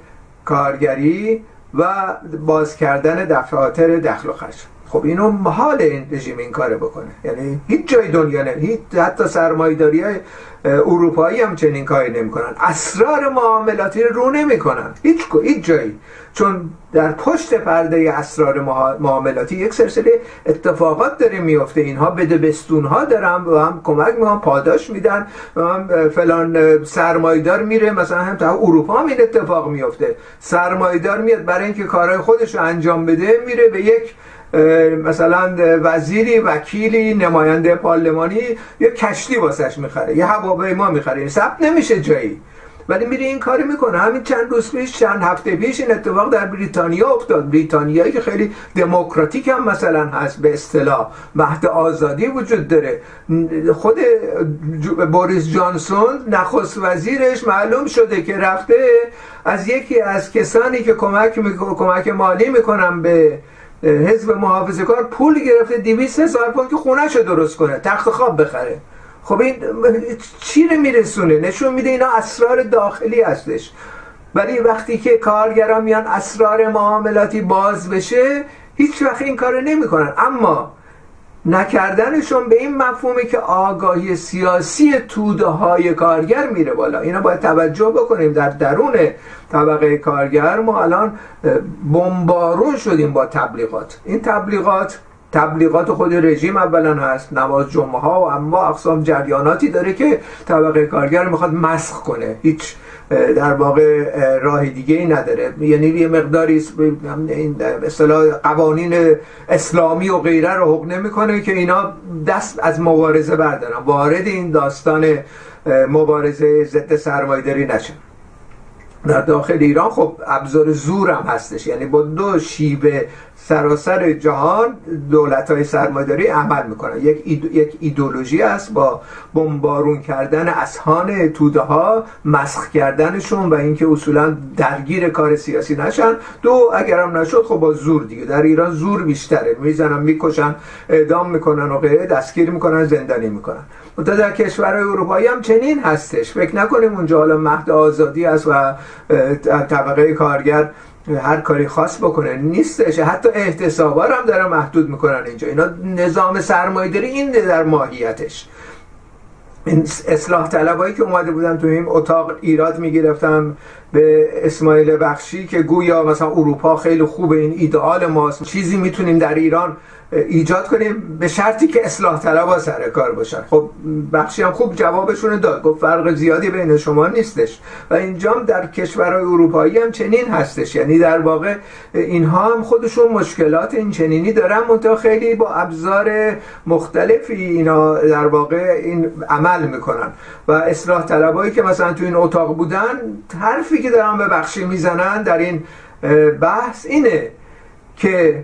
کارگری و باز کردن دفاتر دخل و خرج. خب اینو محال این رژیم این کارو بکنه. یعنی هیچ جای دنیا نه، هیچ حتی سرمایه‌داری‌های اروپایی هم چنین کاری نمی‌کنن. اسرار معاملاتی رو رو نمی‌کنن هیچ هیچ جایی، چون در پشت پرده اسرار معاملاتی یک سلسله اتفاقات داره میفته. اینها بده بستونها دارن و هم کمک میکنن، پاداش میدن و هم فلان سرمایه‌دار میره، مثلا هم تا اروپا هم این اتفاق میفته. سرمایه‌دار میاد برای اینکه کارهای خودش رو انجام بده، میره به یک مثلا وزیری، وکیلی، نماینده پارلمانی یه کشتی واسش میخره، یه هواپیما میخره، ثبت نمیشه جایی، ولی میره این کاری میکنه. همین چند روز پیش، چند هفته پیش این اتفاق در بریتانیا افتاد. بریتانیایی که خیلی دموکراتیک هم مثلا هست، به اصطلاح مهد آزادی وجود داره. خود بوریس جانسون نخست وزیرش معلوم شده که رفته از یکی از کسانی که کمک میکنه، کمک مالی میکنن به حزب محافظه‌کار، پول گرفته دویست هزار پوند که خونه‌شو درست کنه، تخت خواب بخره. خب این چی رو میرسونه؟ نشون میده اینا اسرار داخلی هستش. ولی وقتی که کارگران میان اسرار معاملاتی باز بشه، هیچ وقت این کارو نمیکنن. اما نکردنشون به این مفهومه که آگاهی سیاسی توده های کارگر میره بالا. اینا باید توجه بکنیم. در درون طبقه کارگر ما الان بمبارون شدیم با تبلیغات. این تبلیغات تبلیغات خود رژیم اولا هست، نماز جمعه ها و اما اقسام جریاناتی داره که طبقه کارگر میخواد مسخ کنه. هیچ در واقع راه دیگه ای نداره. یعنی یه مقداری این به اصطلاح قوانین اسلامی و غیره رو حق نمیکنه که اینا دست از مبارزه بردارن، وارد این داستان مبارزه ضد سرمایه‌داری نشن. در داخل ایران خب ابزار زور هم هستش، یعنی با دو شیوه سراسر جهان دولت‌های سرمایه‌داری عمل میکنن. یک ایدو، یک ایدئولوژی است با بمبارون کردن اذهان توده‌ها، مسخ کردنشون و اینکه اصولا درگیر کار سیاسی نشن. دو، اگرم نشد خب با زور دیگه. در ایران زور بیشتره، میزنن، میکشن، اعدام میکنن و غیره، دستگیر میکنن، زندانی میکنن. منتها در کشورهای اروپایی هم چنین هستش. فکر نکنیم اونجا حالا مهد آزادی است و طبقه کارگر هر کاری خاص بکنه، نیستش. حتی احتسابا هم دارن محدود میکنن اینجا. اینا نظام سرمایه‌داری این در ماهیتش. این اصلاح طلبایی که اومده بودن تو این اتاق ایراد میگرفتم به اسماعیل بخشی که گویا مثلا اروپا خیلی خوبه، این ایدئال ماست، چیزی میتونیم در ایران ایجاد کنیم به شرطی که اصلاح طلبا سر کار باشن. خب بخشی هم خوب جوابشون داد، گفت فرق زیادی بین شما نیستش. و اینجا در کشورهای اروپایی هم چنین هستش، یعنی در واقع اینها هم خودشون مشکلات این چنینی دارن، منتها خیلی با ابزار مختلفی اینا در واقع این عمل میکنن. و اصلاح طلبایی که مثلا تو این اتاق بودن، حرفی که دارن به بخشی میزنن در این بحث اینه که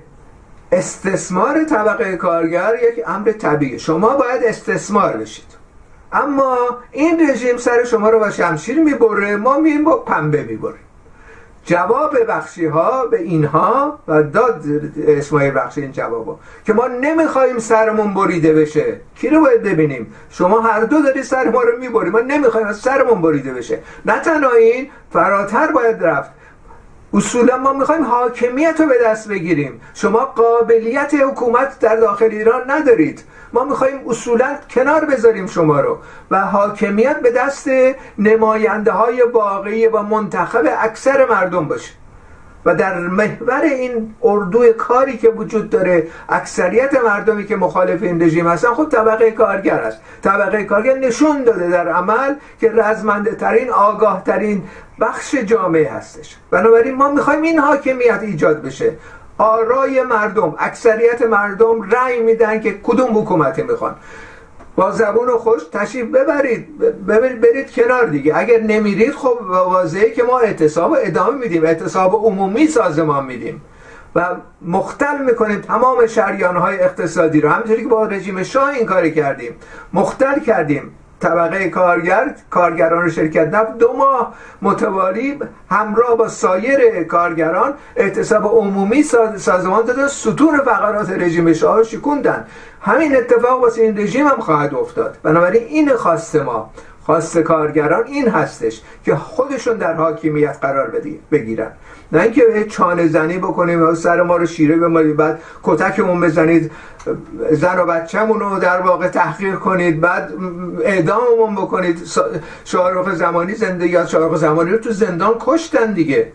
استثمار طبقه کارگر یک امر طبیعی، شما باید استثمار بشید، اما این رژیم سر شما رو با شمشیر میبره، ما مییم با پنبه میبریم. جواب بخشی ها به اینها و داد اسماعیل بخشی این جوابو که ما نمیخوایم سرمون بریده بشه. کی رو باید ببینیم؟ شما هر دو داری سر ما رو میبرید، ما نمیخوایم سرمون بریده بشه. نه تنها این، فراتر باید رفت. اصولا ما میخوایم حاکمیت رو به دست بگیریم. شما قابلیت حکومت در داخل ایران ندارید، ما میخوایم اصولا کنار بذاریم شما رو و حاکمیت به دست نماینده های واقعی و منتخب اکثر مردم باشه. و در محور این اردوی کاری که وجود داره، اکثریت مردمی که مخالف این رژیم هستن خب طبقه کارگر است. طبقه کارگر نشون داده در عمل که رزمنده ترین، آگاه ترین بخش جامعه هستش. بنابراین ما میخوایم این حاکمیت ایجاد بشه. آرای مردم، اکثریت مردم رأی میدن که کدوم حکومتی میخوان. با زبون خوش تشریف ببرید، ببرید برید کنار دیگه. اگر نمیرید خب واضحه که ما اعتصاب ادامه میدیم، اعتصاب عمومی سازمان میدیم و مختل میکنیم تمام شریانهای اقتصادی رو، همونطوری که با رژیم شاه این کاری کردیم، مختل کردیم. طبقه کارگر، کارگران شرکت نفت دو ماه متوالی همراه با سایر کارگران اعتصاب عمومی سازمان دادن، ستون فقرات رژیم شاه شکوندن. همین اتفاق واسه این رژیم هم خواهد افتاد. بنابراین این خواست ما، خواست کارگران این هستش که خودشون در حاکمیت قرار بگیرن، نه اینکه چانه زنی بکنیم و سر ما رو شیره بمالید، بعد کتکمون بزنید، زن و بچه‌مون رو در واقع تحقیر کنید، بعد اعداممون بکنید. شاهرخ زمانی، زندگی از شاهرخ زمانی رو تو زندان کشتن دیگه.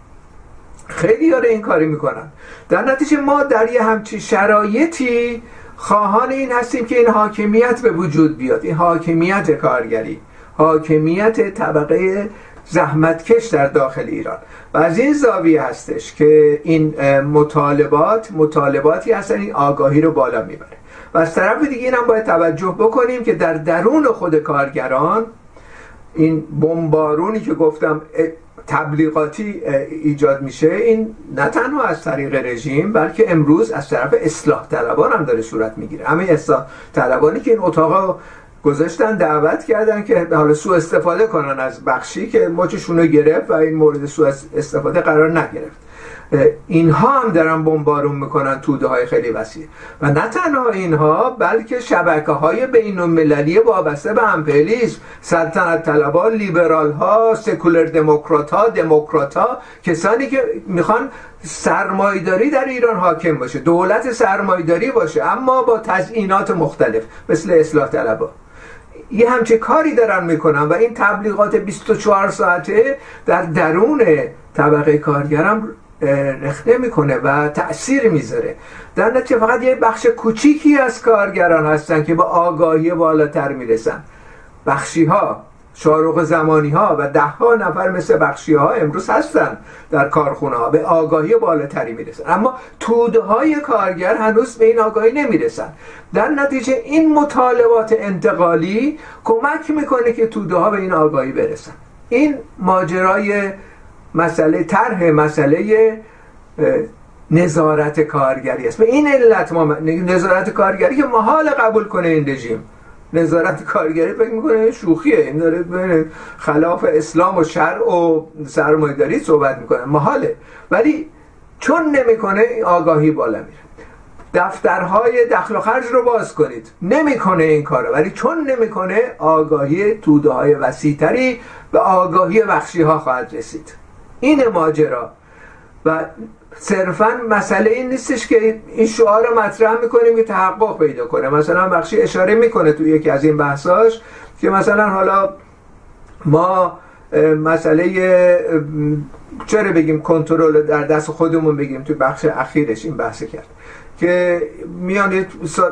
خیلی یاره این کاری میکنن. در نتیجه ما در یه همچین شرایطی خواهان این هستیم که این حاکمیت به وجود بیاد، این حاکمیت کارگری، حاکمیت طبقه زحمتکش در داخل ایران. و از این زاویه هستش که این مطالبات مطالباتی هستن این آگاهی رو بالا میبره. و از طرف دیگه این هم باید توجه بکنیم که در درون خود کارگران این بمبارونی که گفتم تبلیغاتی ایجاد میشه، این نه تنها از طریق رژیم بلکه امروز از طرف اصلاح طلبان هم داره صورت میگیره. همین اصلاح طلبانی که این اتاقا گذاشتن، دعوت کردن که حالا سوء استفاده کنن از بخشی که مچشون رو گرفت و این مورد سوء استفاده قرار نگرفت. اینها هم دارن بمبارون میکنن توده های خیلی وسیع. و نه تنها اینها بلکه شبکه های بین المللی وابسته به امپریالیسم، سلطنت طلبان، لیبرال ها، سکولر دموکرات ها، دموکرات ها، کسانی که میخوان سرمایه‌داری در ایران حاکم باشه، دولت سرمایه‌داری باشه، اما با تزیینات مختلف مثل اصلاح طلبان. یه همچه کاری دارن میکنن و این تبلیغات بیست و چهار ساعته در درون طبقه کارگرم رخنه میکنه و تأثیر میذاره. در نتیجه فقط یه بخش کوچیکی از کارگران هستن که با آگاهی بالاتر میرسن. بخشی ها، شاهرخ زمانی ها و ده ها نفر مثل بخشی ها امروز هستن در کارخونه ها، به آگاهی بالاتری میرسن، اما توده های کارگر هنوز به این آگاهی نمیرسن. در نتیجه این مطالبات انتقالی کمک میکنه که توده ها به این آگاهی برسن. این ماجرای مسئله طرح مسئله نظارت کارگری است. به این علت ما نظارت کارگری که محال قبول کنه این رژیم، نظارت کارگری فکر میکنه شوخیه، این داره خلاف اسلام و شرع و سرمایه‌داری صحبت میکنه، محاله. ولی چون نمیکنه آگاهی بالا میره. دفترهای دخل و خرج رو باز کنید، نمیکنه این کارو، ولی چون نمیکنه آگاهی توده های وسیع‌تری به آگاهی بخشی ها خواهد رسید. این ماجرا. و صرفا مسئله این نیستش که این شعار رو مطرح میکنیم که تحقق پیدا کنه. مثلا بخشی اشاره میکنه تو یکی از این بحثاش که مثلا حالا ما مسئله چرا بگیم کنترل در دست خودمون بگیم، تو بخش اخیرش این بحث کرد که میان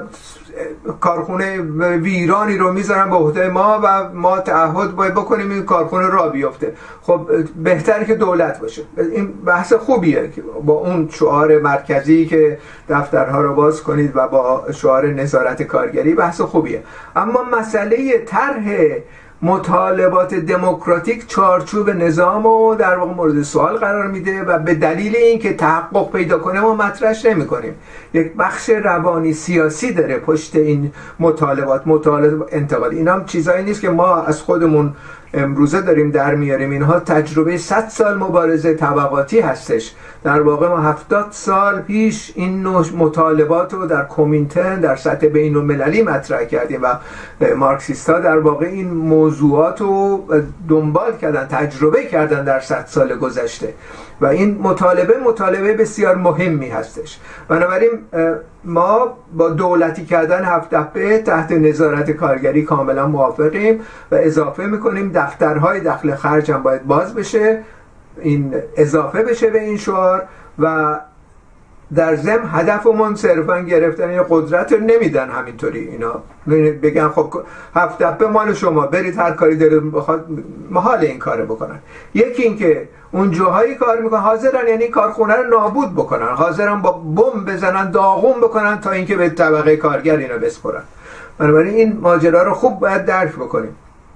کارخونه ویرانی رو میذارن به عهده ما و ما تعهد باید بکنیم این کارخونه را بیفته. خب بهتره که دولت باشه. این بحث خوبیه که با اون شعار مرکزی که دفترها رو باز کنید و با شعار نظارت کارگری بحث خوبیه. اما مسئله طرح مطالبات دموکراتیک چارچوب نظام رو در واقع مورد سوال قرار میده و به دلیل اینکه تحقق پیدا کنه ما مطرحش نمی کنیم. یک بخش روانی سیاسی داره پشت این مطالبات، مطالبات انتقادی. اینا هم چیزایی نیست که ما از خودمون امروزه داریم در میاریم، اینها تجربه صد سال مبارزه طبقاتی هستش. در واقع ما هفتاد سال پیش این نوع مطالبات رو در کومینتن در سطح بین المللی مطرح کردیم و مارکسیست ها در واقع این موضوعات رو دنبال کردن، تجربه کردن در صد سال گذشته و این مطالبه مطالبه بسیار مهمی هستش. بنابراین ما با دولتی کردن هفت دپه تحت نظارت کارگری کاملا موافقیم و اضافه میکنیم دفترهای دخل خرج هم باید باز بشه، این اضافه بشه به این شعار و در ضمن هدفمون صرفا گرفتن این قدرت رو نمیدن همینطوری اینا بگن خب هفت دپه مال شما برید هر کاری داره بخواد، محال این کارو بکنن. یکی این که اون جاهایی کار میکنن حاضرن یعنی کارخونه رو نابود بکنن، حاضرن با بمب بزنن داغون بکنن تا اینکه به طبقه کارگر اینا بسپرن. بنابراین این ماجرا رو خوب باید درک بکنیم.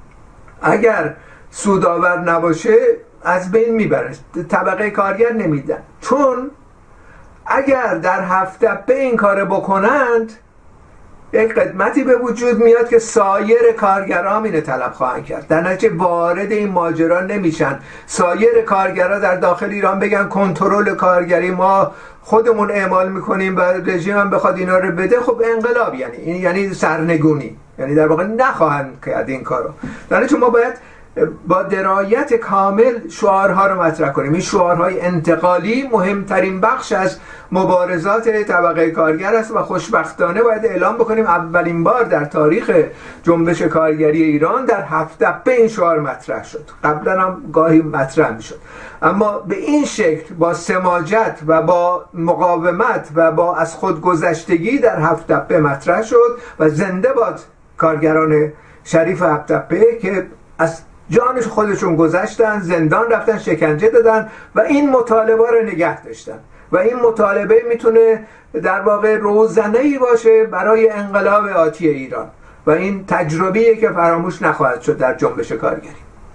اگر سودآور نباشه از بین میبره، طبقه کارگر نمیدن. چون اگر در هفت دپه این کار بکنند یک قدمتی به وجود میاد که سایر کارگران اینو طلب خواهند کرد، در نتیجه وارد این ماجرا نمیشن. سایر کارگران در داخل ایران بگن کنترل کارگری ما خودمون اعمال میکنیم و رژیم هم بخواد اینا رو بده، خب انقلاب یعنی این یعنی سرنگونی، یعنی در واقع نخواهند کرد این کارو. در نتیجه ما باید با درایت کامل شعارها رو مطرح کنیم. این شعارهای انتقالی مهمترین بخش از مبارزات طبقه کارگر است و خوشبختانه باید اعلام بکنیم اولین بار در تاریخ جنبش کارگری ایران در هفت دپه این شعار مطرح شد. قبلا هم گاهی مطرح میشد، اما به این شکل با سماجت و با مقاومت و با از خودگذشتگی در هفت دپه مطرح شد و زنده باد کارگران شریف هفت دپه که از جانش خودشون گذشتن، زندان رفتن، شکنجه دادن و این مطالبه رو نگه داشتن و این مطالبه میتونه در واقع روزنه‌ای باشه برای انقلاب آتی ایران و این تجربه‌ای که فراموش نخواهد شد در جنبش کارگری.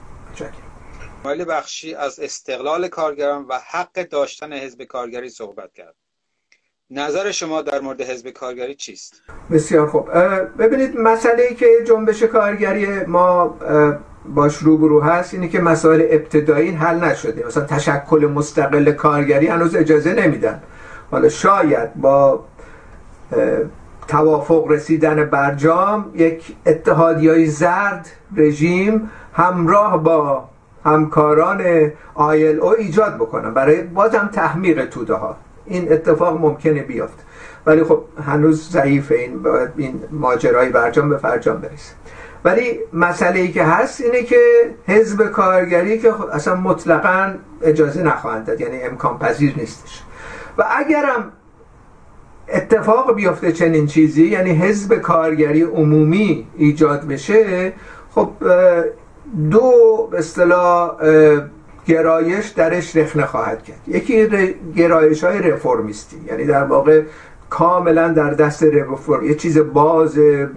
مایل بخشی از استقلال کارگران و حق داشتن حزب کارگری صحبت کرد. نظر شما در مورد حزب کارگری چیست؟ بسیار خوب. ببینید مسئله‌ای که جنبش کارگری ما باش روبرو هست اینه که مسائل ابتدایی حل نشده. مثلا تشکل مستقل کارگری هنوز اجازه نمیدن. حالا شاید با توافق رسیدن برجام یک اتحادیه‌ای زرد رژیم همراه با همکاران آی ال او ایجاد بکنن برای بازم تحمیق توده ها. این اتفاق ممکنه بیفته ولی خب هنوز ضعیفه. این باید این ماجرای برجام به فرجام برسه. ولی مسئله‌ای که هست اینه که حزب کارگری که اصلا مطلقاً اجازه نخواهند داد، یعنی امکان پذیر نیستش. و اگرم اتفاق بیفته چنین چیزی، یعنی حزب کارگری عمومی ایجاد بشه، خب دو به اصطلاح گرایش درش رخنه خواهد کرد. یکی گرایش‌های رفرمیستی، یعنی در واقع کاملا در دست رفرم، یه چیز باز،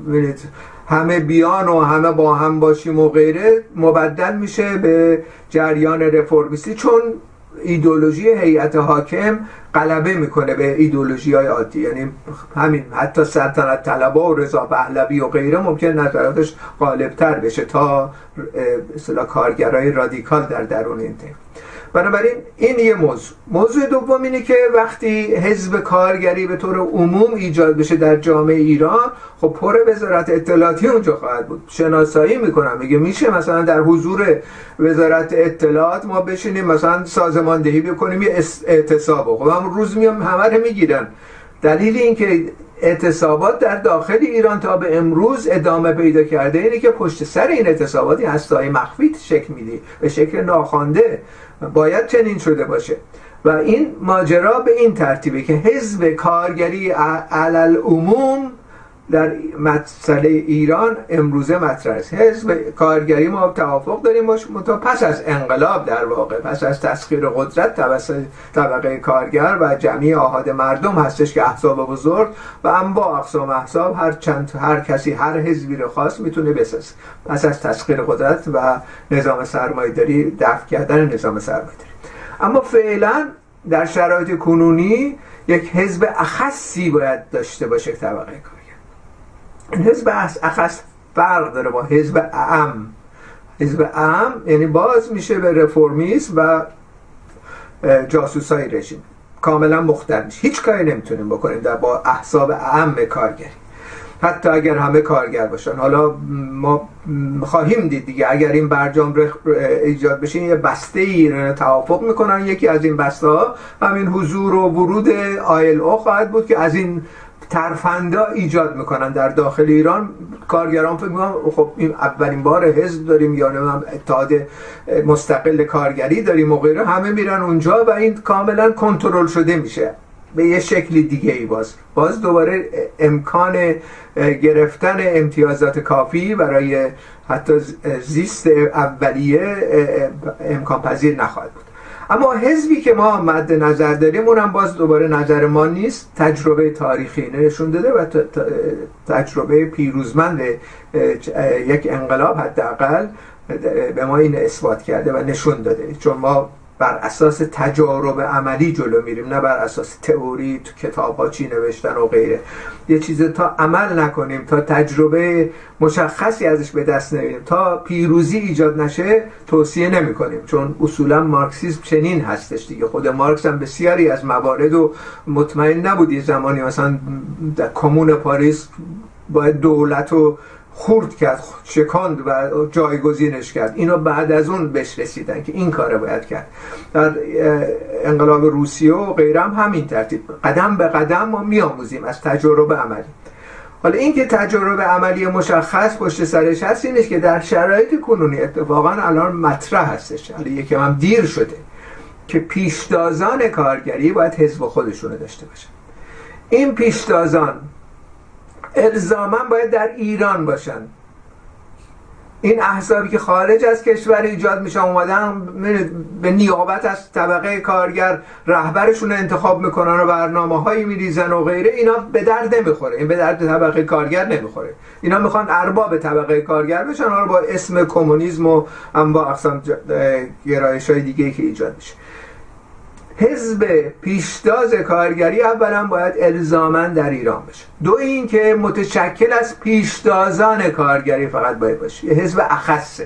همه بیان و همه با هم باشیم و غیره، مبدل میشه به جریان رفرمیستی، چون ایدئولوژی هیئت حاکم غلبه میکنه به ایدئولوژی های عادی. یعنی همین حتی سلطنت طلبا و رضا پهلوی و غیره ممکن نظراتش غالبتر بشه تا اصطلاح کارگرای رادیکال در درون این تیم. بنابراین این یه موضوع. موضوع دوم اینه که وقتی حزب کارگری به طور عموم ایجاد بشه در جامعه ایران، خب پر وزارت اطلاعاتی اونجا خواهد بود. شناسایی میکنم، میگه میشه مثلا در حضور وزارت اطلاعات ما بشینیم مثلا سازماندهی بکنیم یه اعتصاب، خب هم روز میام همه رو میگیرن. دلیل این که اعتصابات در داخل ایران تا به امروز ادامه پیدا کرده اینه که پشت سر این اعتصابات هسته‌های مخفی شکل میدی به شکل ناخوانده. باید چنین شده باشه و این ماجرا به این ترتیبه که حزب کارگری علل عموم در مسئله ایران امروزه مطرح است. حزب کارگری ما توافق داریم باش، منتها پس از انقلاب، در واقع پس از تسخیر قدرت توسط طبقه کارگر و جمعی آحاد مردم هستش که احزاب بزرگ و انواع اقسام احزاب هر چند هر کسی هر حزبی رو خاص میتونه بسازه. پس از تسخیر قدرت و نظام سرمایه‌داری، دفع کردن نظام سرمایه‌داری. اما فعلا در شرایط کنونی یک حزب اخصی باید داشته باشه طبقه کارگر. حزب اخص فرق داره با حزب اعم. حزب اعم یعنی باز میشه به رفرمیسم و جاسوسای رژیم، کاملا مختل میشه. هیچ کاری نمیتونیم بکنیم در با احزاب اعم کارگری، حتی اگر همه کارگر باشن. حالا ما خواهیم دید دیگه اگر این برجام ایجاد بشه، یه بسته ای توافق میکنن، یکی از این بسته ها همین حضور و ورود آیل او خواهد بود که از این ترفندا ایجاد میکنن در داخل ایران. کارگران فکر میکنن خب این اولین بار حزب داریم یا نمیدونم اتحاد مستقل کارگری داریم و غیره، همه میرن اونجا و این کاملا کنترل شده میشه به یه شکلی دیگه ای. باز باز دوباره امکان گرفتن امتیازات کافی برای حتی زیست اولیه امکان پذیر نخواهد بود. اما حزبی که ما مد نظر داریم اونم باز دوباره نظر ما نیست، تجربه تاریخی نشون داده و تجربه پیروزمند یک انقلاب حداقل به ما این اثبات کرده و نشون داده، چون ما بر اساس تجارب عملی جلو میریم، نه بر اساس تئوری تو کتاب‌ها چی نوشتن و غیره. یه چیز تا عمل نکنیم، تا تجربه مشخصی ازش به دست نمیاریم، تا پیروزی ایجاد نشه توصیه نمی کنیم، چون اصولا مارکسیسم چنین هستش دیگه. خود مارکس هم بسیاری از موارد و مطمئن نبود یه زمانی مثلا در کمون پاریس باید دولت و خورد کرد، شکاند و جایگزینش کرد. اینو بعد از اون بهش رسیدن که این کار باید کرد. در انقلاب روسیه و غیره هم همین ترتیب، قدم به قدم ما میآموزیم از تجربه عملی. حالا این که تجربه عملی مشخص پشت سرش هست اینه که در شرایط کنونی اتفاقا الان مطرح هستش، حالا یکم هم دیر شده، که پیشتازان کارگری باید حزب خودشونه داشته باشن. این پیشتازان الزاما باید در ایران باشن. این احزابی که خارج از کشور ایجاد میشن اومدن به نیابت از طبقه کارگر رهبرشون انتخاب میکنن و برنامه هایی میریزن و غیره، اینا به درد نمیخوره، این به درد طبقه کارگر نمیخوره. اینا میخوان ارباب طبقه کارگر بشن، حالا با اسم کمونیسم و انواع اقسام گرایش های دیگه که ایجاد میشه. حزب پیشتاز کارگری اولا باید الزاماً در ایران باشه. دو این که متشکل از پیشتازان کارگری فقط باید باشه، یه حزب اخصه،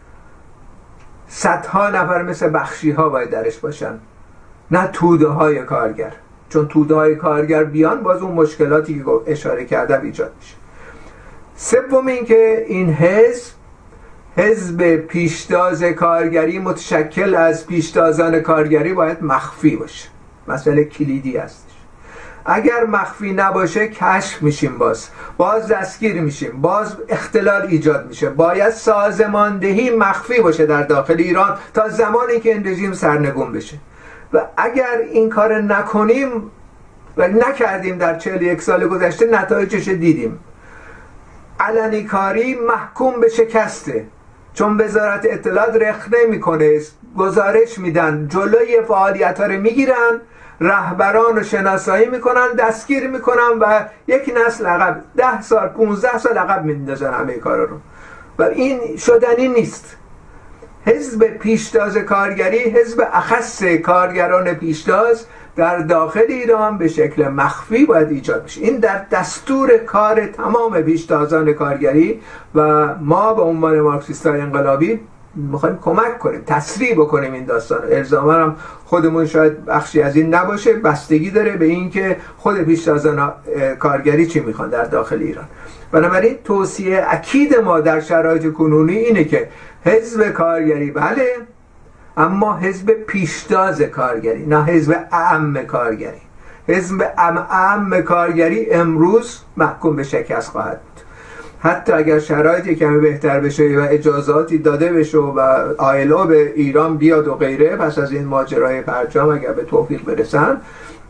صدها نفر مثل بخشی ها باید درش باشن، نه توده های کارگر، چون توده های کارگر بیان باز اون مشکلاتی که اشاره کردم ایجاد میشه. سوم این که این حزب حزب پیشتاز کارگری متشکل از پیشتازان کارگری باید مخفی باشه. مسئله کلیدی هستش. اگر مخفی نباشه کشف میشیم، باز باز دستگیر میشیم، باز اختلال ایجاد میشه. باید سازماندهی مخفی باشه در داخل ایران تا زمانی که این رژیم سرنگون بشه. و اگر این کار نکنیم و نکردیم در چهل و یک سال گذشته، نتایجش دیدیم. علنی کاری محکوم به شکسته، چون وزارت اطلاعات رخ نمیکنه، گزارش میدن، جلوی فعالیت ها رو میگیرن رهبران رو شناسایی میکنن، دستگیر میکنن و یک نسل عقب، ده سال پونزده سال عقب میندازن همه کارا رو و این شدنی نیست. حزب پیشتاز کارگری، حزب اخص کارگران پیشتاز در داخل ایران به شکل مخفی باید ایجاد بشه. این در دستور کار تمام پیشتازان کارگری و ما به عنوان مارکسیست‌های انقلابی میخوایم کمک کنیم، تسریع بکنیم این داستان. الزاما هم خودمون شاید بخشی از این نباشه، بستگی داره به این که خود پیشتازان کارگری چی میخوان در داخل ایران. بنابراین توصیه اکید ما در شرایط کنونی اینه که حزب کارگری بله، اما حزب پیشتاز کارگری، نه حزب اعم کارگری. حزب اعم کارگری امروز محکوم به شکست خواهد بود. حتی اگر شرایطی کمی بهتر بشه و اجازاتی داده بشه و آیلو به ایران بیاد و غیره، پس از این ماجرای پرچم اگر به توفیق برسن،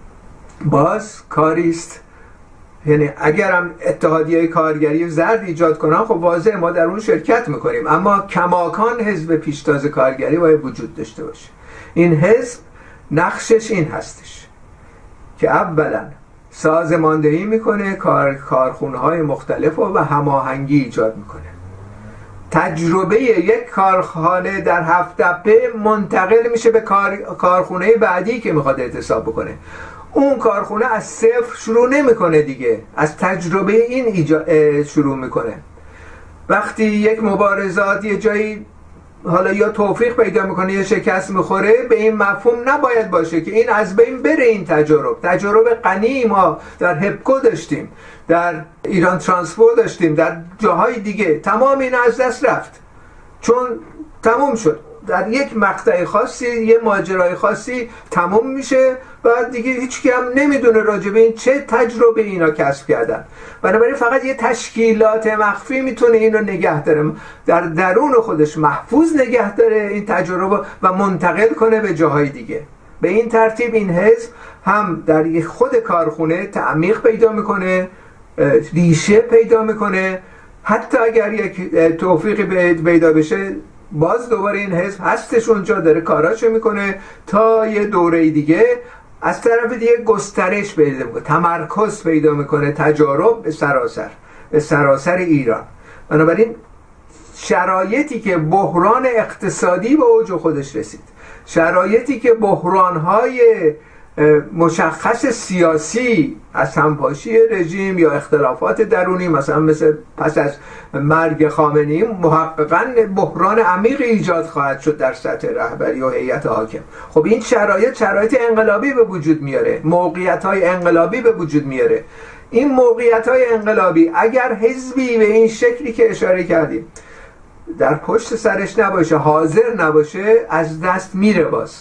باز کاریست. یعنی اگرم اتحادیه کارگری زرد ایجاد کنن، خب واضح ما در اون شرکت میکنیم، اما کماکان حزب پیشتاز کارگری باید وجود داشته باشه. این حزب نقشش این هستش که اولا سازماندهی میکنه، کار کارخونه‌های مختلف و هماهنگی ایجاد میکنه. تجربه یک کارخانه در هفت تپه منتقل میشه به کار... کارخونه بعدی که میخواد اعتصاب بکنه. اون کارخونه از صفر شروع نمیکنه دیگه، از تجربه این ایجا... شروع میکنه. وقتی یک مبارزات یه جایی حالا یا توفیق پیدا میکنه یا شکست میخوره، به این مفهوم نباید باشه که این از بین بره. این تجارب تجارب غنی ما در هپکو داشتیم، در ایران ترانسپورت داشتیم، در جاهای دیگه، تمام این از دست رفت چون تموم شد. در یک مقطع خاصی، یه ماجرای خاصی تموم میشه و دیگه هیچ کی هم نمیدونه راجع به این چه تجربه اینا کسب کردن. بنابراین فقط یه تشکیلات مخفی میتونه اینو نگه داره، در درون خودش محفوظ نگه داره این تجربه و منتقل کنه به جاهای دیگه. به این ترتیب این حزب هم در خود کارخونه تعمیق پیدا میکنه، ریشه پیدا میکنه. حتی اگر یک توفیقی پیدا بشه، باز دوباره این حزب هستش اونجا، داره کاراشو میکنه تا یه دوره دیگه. از طرف دیگه گسترش پیدا میکنه، تمرکز پیدا میکنه، تجارب به سراسر به سراسر ایران. بنابراین شرایطی که بحران اقتصادی به اوج خودش رسید، شرایطی که بحرانهای مشخص سیاسی از همپاشی رژیم یا اختلافات درونی، مثلا مثل پس از مرگ خامنه‌ای، محققاً بحران عمیق ایجاد خواهد شد در سطح رهبری و هیئت حاکم. خب این شرایط شرایط انقلابی به وجود میاره، موقعیت‌های انقلابی به وجود میاره. این موقعیت‌های انقلابی اگر حزبی به این شکلی که اشاره کردیم در پشت سرش نباشه، حاضر نباشه، از دست میره. باز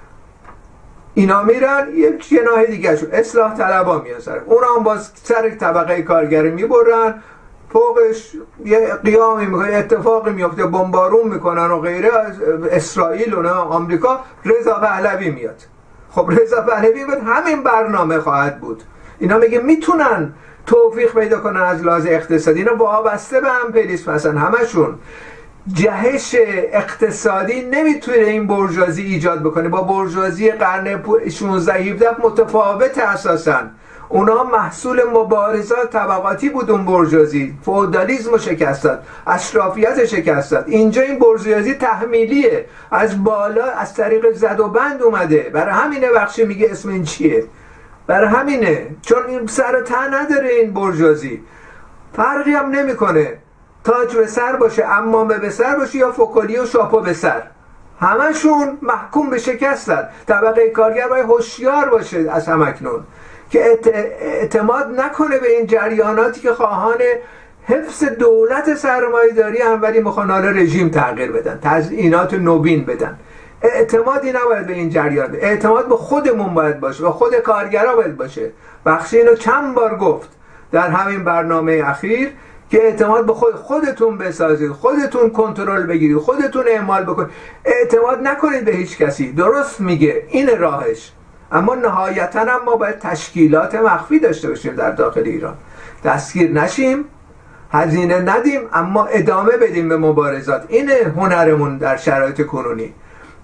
اینا میرن یک جناح دیگه شو اصلاح طلبا میان سر اونا هم باز سر طبقه کارگری میبرن، فوقش یه قیامی میکنه، اتفاقی میفته، بمبارون میکنن و غیره. از اسرائیل و آمریکا رضا پهلوی میاد. خب رضا پهلوی بود همین برنامه خواهد بود. اینا میگه میتونن توفیق پیدا کنن از لحاظ اقتصادی، اینا وابسته به هم پیلیس مثلا همشون. جهش اقتصادی نمیتونه این بورژوازی ایجاد بکنه، با بورژوازی قرن شانزده هفده متفاوت اساساً. اونا محصول مبارزات طبقاتی بود. اون بورژوازی فئودالیسم رو شکست داد، اشرافیت شکست داد. اینجا این بورژوازی تحمیلیه، از بالا از طریق زد و بند اومده. برای همینه بخشی میگه اسم این چیه، برای همینه، چون این سر و ته نداره. این بورژوازی فرقی هم نمیکنه تاج به سر باشه، عمامه به سر باشه، یا فوکولی و شاپو به سر، همشون محکوم به شکستن. طبقه کارگر باید هوشیار باشه از همکنون که اعتماد نکنه به این جریاناتی که خواهان حفظ دولت سرمایه‌داری هم ولی میخوان حالا رژیم تغییر بدن، تزیینات نوین بدن. اعتمادی نباید به این جریان، اعتماد به خودمون باید باشه، به خود کارگرها باید باشه. بخشی اینو چند بار گفت در همین برنامه اخیر که اعتماد به خود خودتون بسازید، خودتون کنترل بگیرید، خودتون اعمال بکنید، اعتماد نکنید به هیچ کسی. درست میگه، این راهش. اما نهایتا هم ما باید تشکیلات مخفی داشته باشیم در داخل ایران، دستگیر نشیم، هزینه ندیم، اما ادامه بدیم به مبارزات. این هنرمون در شرایط کنونی.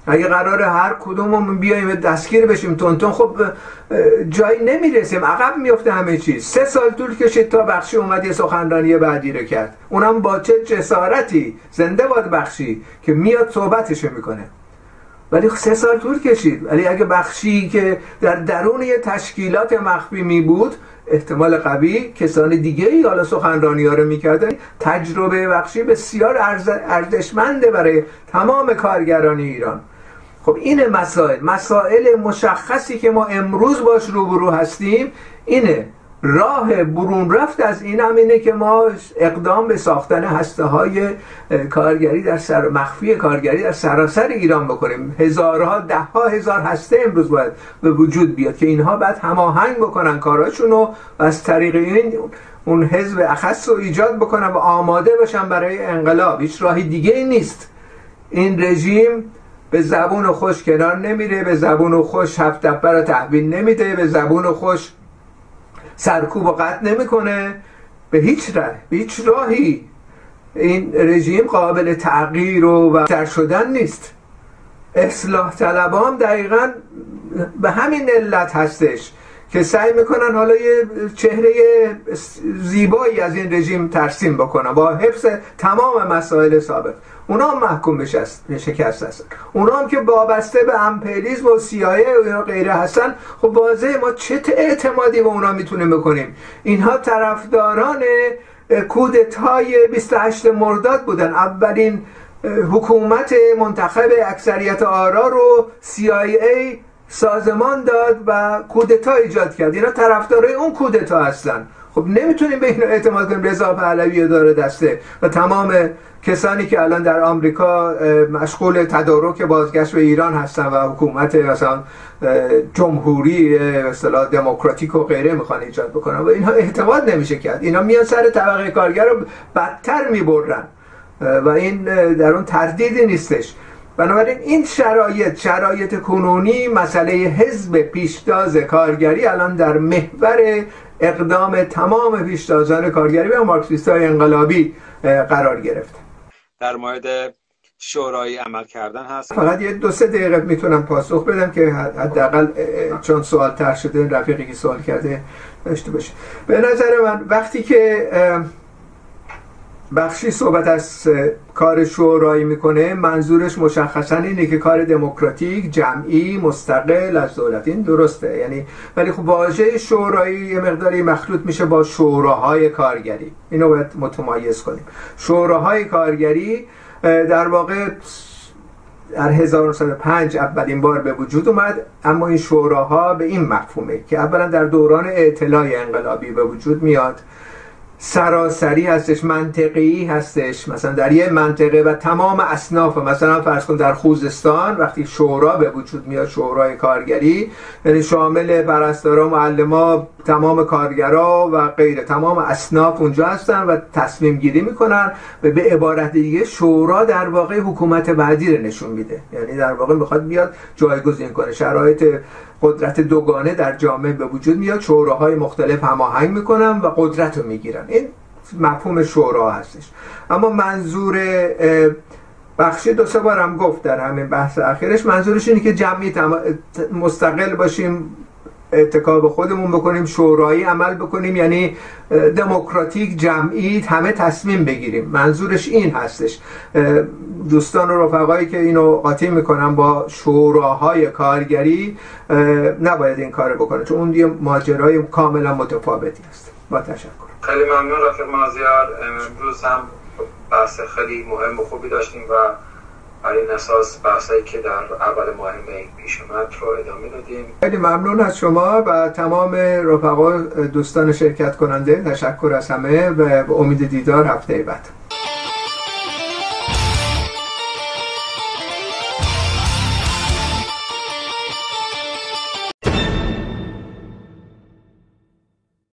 اگه قراره هر کدوممون بیایم دستگیر بشیم تونتون، خب جایی نمیرسیم، عقب میفته همه چیز. سه سال طول کشید تا بخشی اومد یه سخنرانی بعدی رو کرد، اونم با چه جسارتی، زنده باد بخشی که میاد صحبتشو میکنه. ولی سه سال طول کشید. ولی اگه بخشی که در درون یه تشکیلات مخفی می بود، احتمال قوی کسان دیگه ای حالا سخنرانی ها رو میکردن. تجربه بخشی بسیار ارزشمنده برای تمام کارگران ایران. خب این مسائل مسائل مشخصی که ما امروز باش روبرو هستیم اینه. راه برون رفت از این هم اینه که ما اقدام به ساختن هسته های کارگری در سر مخفی کارگری در سراسر ایران بکنیم. هزارها ده ها هزار هسته امروز باید به وجود بیاد که اینها بعد هماهنگ بکنن کاراشونو و از طریق این اون حزب اخص رو ایجاد بکنن و آماده باشن برای انقلاب. هیچ راهی دیگه ای نیست. این رژیم به زبون خوش کنار نمیره، به زبون خوش هفت دبه رو تحویل نمیده، به زبون خوش سرکوب و قطع نمیکنه. به هیچ راه به هیچ راهی این رژیم قابل تغییر و بهتر شدن نیست. اصلاح طلبان دقیقاً به همین علت هستش که سعی میکنن حالا یه چهره زیبایی از این رژیم ترسیم بکنن با حفظ تمام مسائل سابق. اونا هم محکوم به شکست هستن. اونا هم که وابسته به امپریالیسم و سی‌آی‌ای و غیره هستن. خب واضحه ما چه اعتمادی به اونا میتونیم بکنیم؟ اینها طرفداران کودتای بیست و هشتم مرداد بودن. اولین حکومت منتخب اکثریت آرا رو سی‌آی‌ای سازمان داد و کودتا ایجاد کرد. اینا طرفدارای اون کودتا هستن. خب نمیتونیم به اینا اعتماد کنیم. رضا پهلوی داره دسته و تمام کسانی که الان در آمریکا مشغول تدارک بازگشت به ایران هستن و حکومت مثلا جمهوری اصطلاح دموکراتیک و غیره میخوان ایجاد بکنن و اینها اعتماد نمیشه کرد. اینا میان سر طبقه کارگر رو بدتر میبرن و این در اون تردیدی نیستش. بنابراین این شرایط شرایط کنونی مسئله حزب پیشتاز کارگری الان در محور اقدام تمام پیشتازان کارگری و مارکسیست‌های انقلابی قرار گرفت. در مورد شورای عمل کردن هست. فقط یه دو سه دقیقه میتونم پاسخ بدم که حداقل چون سوال طرح شده رفیقی که سوال کرده داشته باشه. به نظر من وقتی که بخشی صحبت از کار شورایی میکنه منظورش مشخصا اینه که کار دموکراتیک جمعی مستقل از دولت. این درسته، یعنی ولی خب واژه شورایی یه مقداری مخلوط میشه با شوراهای کارگری. اینو باید متمایز کنیم. شوراهای کارگری در واقع در هزار و نهصد و پنج اولین بار به وجود اومد، اما این شوراها به این مفهومه که اولا در دوران ائتلاع انقلابی به وجود میاد، سراسری هستش، منطقی هستش، مثلا در یه منطقه و تمام اصناف، مثلا فرض کن در خوزستان وقتی شورا به وجود میاد، شورای کارگری، یعنی شامل پرستارا، معلما، تمام کارگرا و غیره، تمام اصناف اونجا هستن و تصمیم گیری میکنن و به عبارت دیگه شورا در واقع حکومت بعدی رو نشون میده. یعنی در واقع میخواد بیاد جایگزین کنه. شرایط قدرت دوگانه در جامعه به وجود میاد، شوراهای مختلف هماهنگ میکنن و قدرت رو میگیرن. این مفهوم شورا هستش. اما منظور بخشی دو سه بارم گفت در همین بحث اخیرش، منظورش اینه که جمعی مستقل باشیم، اتکا به خودمون بکنیم، شورایی عمل بکنیم، یعنی دموکراتیک جمعی همه تصمیم بگیریم. منظورش این هستش. دوستان و رفقایی که اینو قاطی میکنن با شوراهای کارگری نباید این کار بکنه، چون اون یه ماجرای کاملا متفاوتی است. با تشکر. خیلی ممنون رفیق مازیار. امروز هم بحث خیلی مهم و خوبی داشتیم و بر این اساس بحثایی که در اول ماه می پیش اومد رو ادامه دادیم. خیلی ممنون از شما و تمام رفقا دوستان شرکت کننده. تشکر از همه و امید دیدار هفته بعد.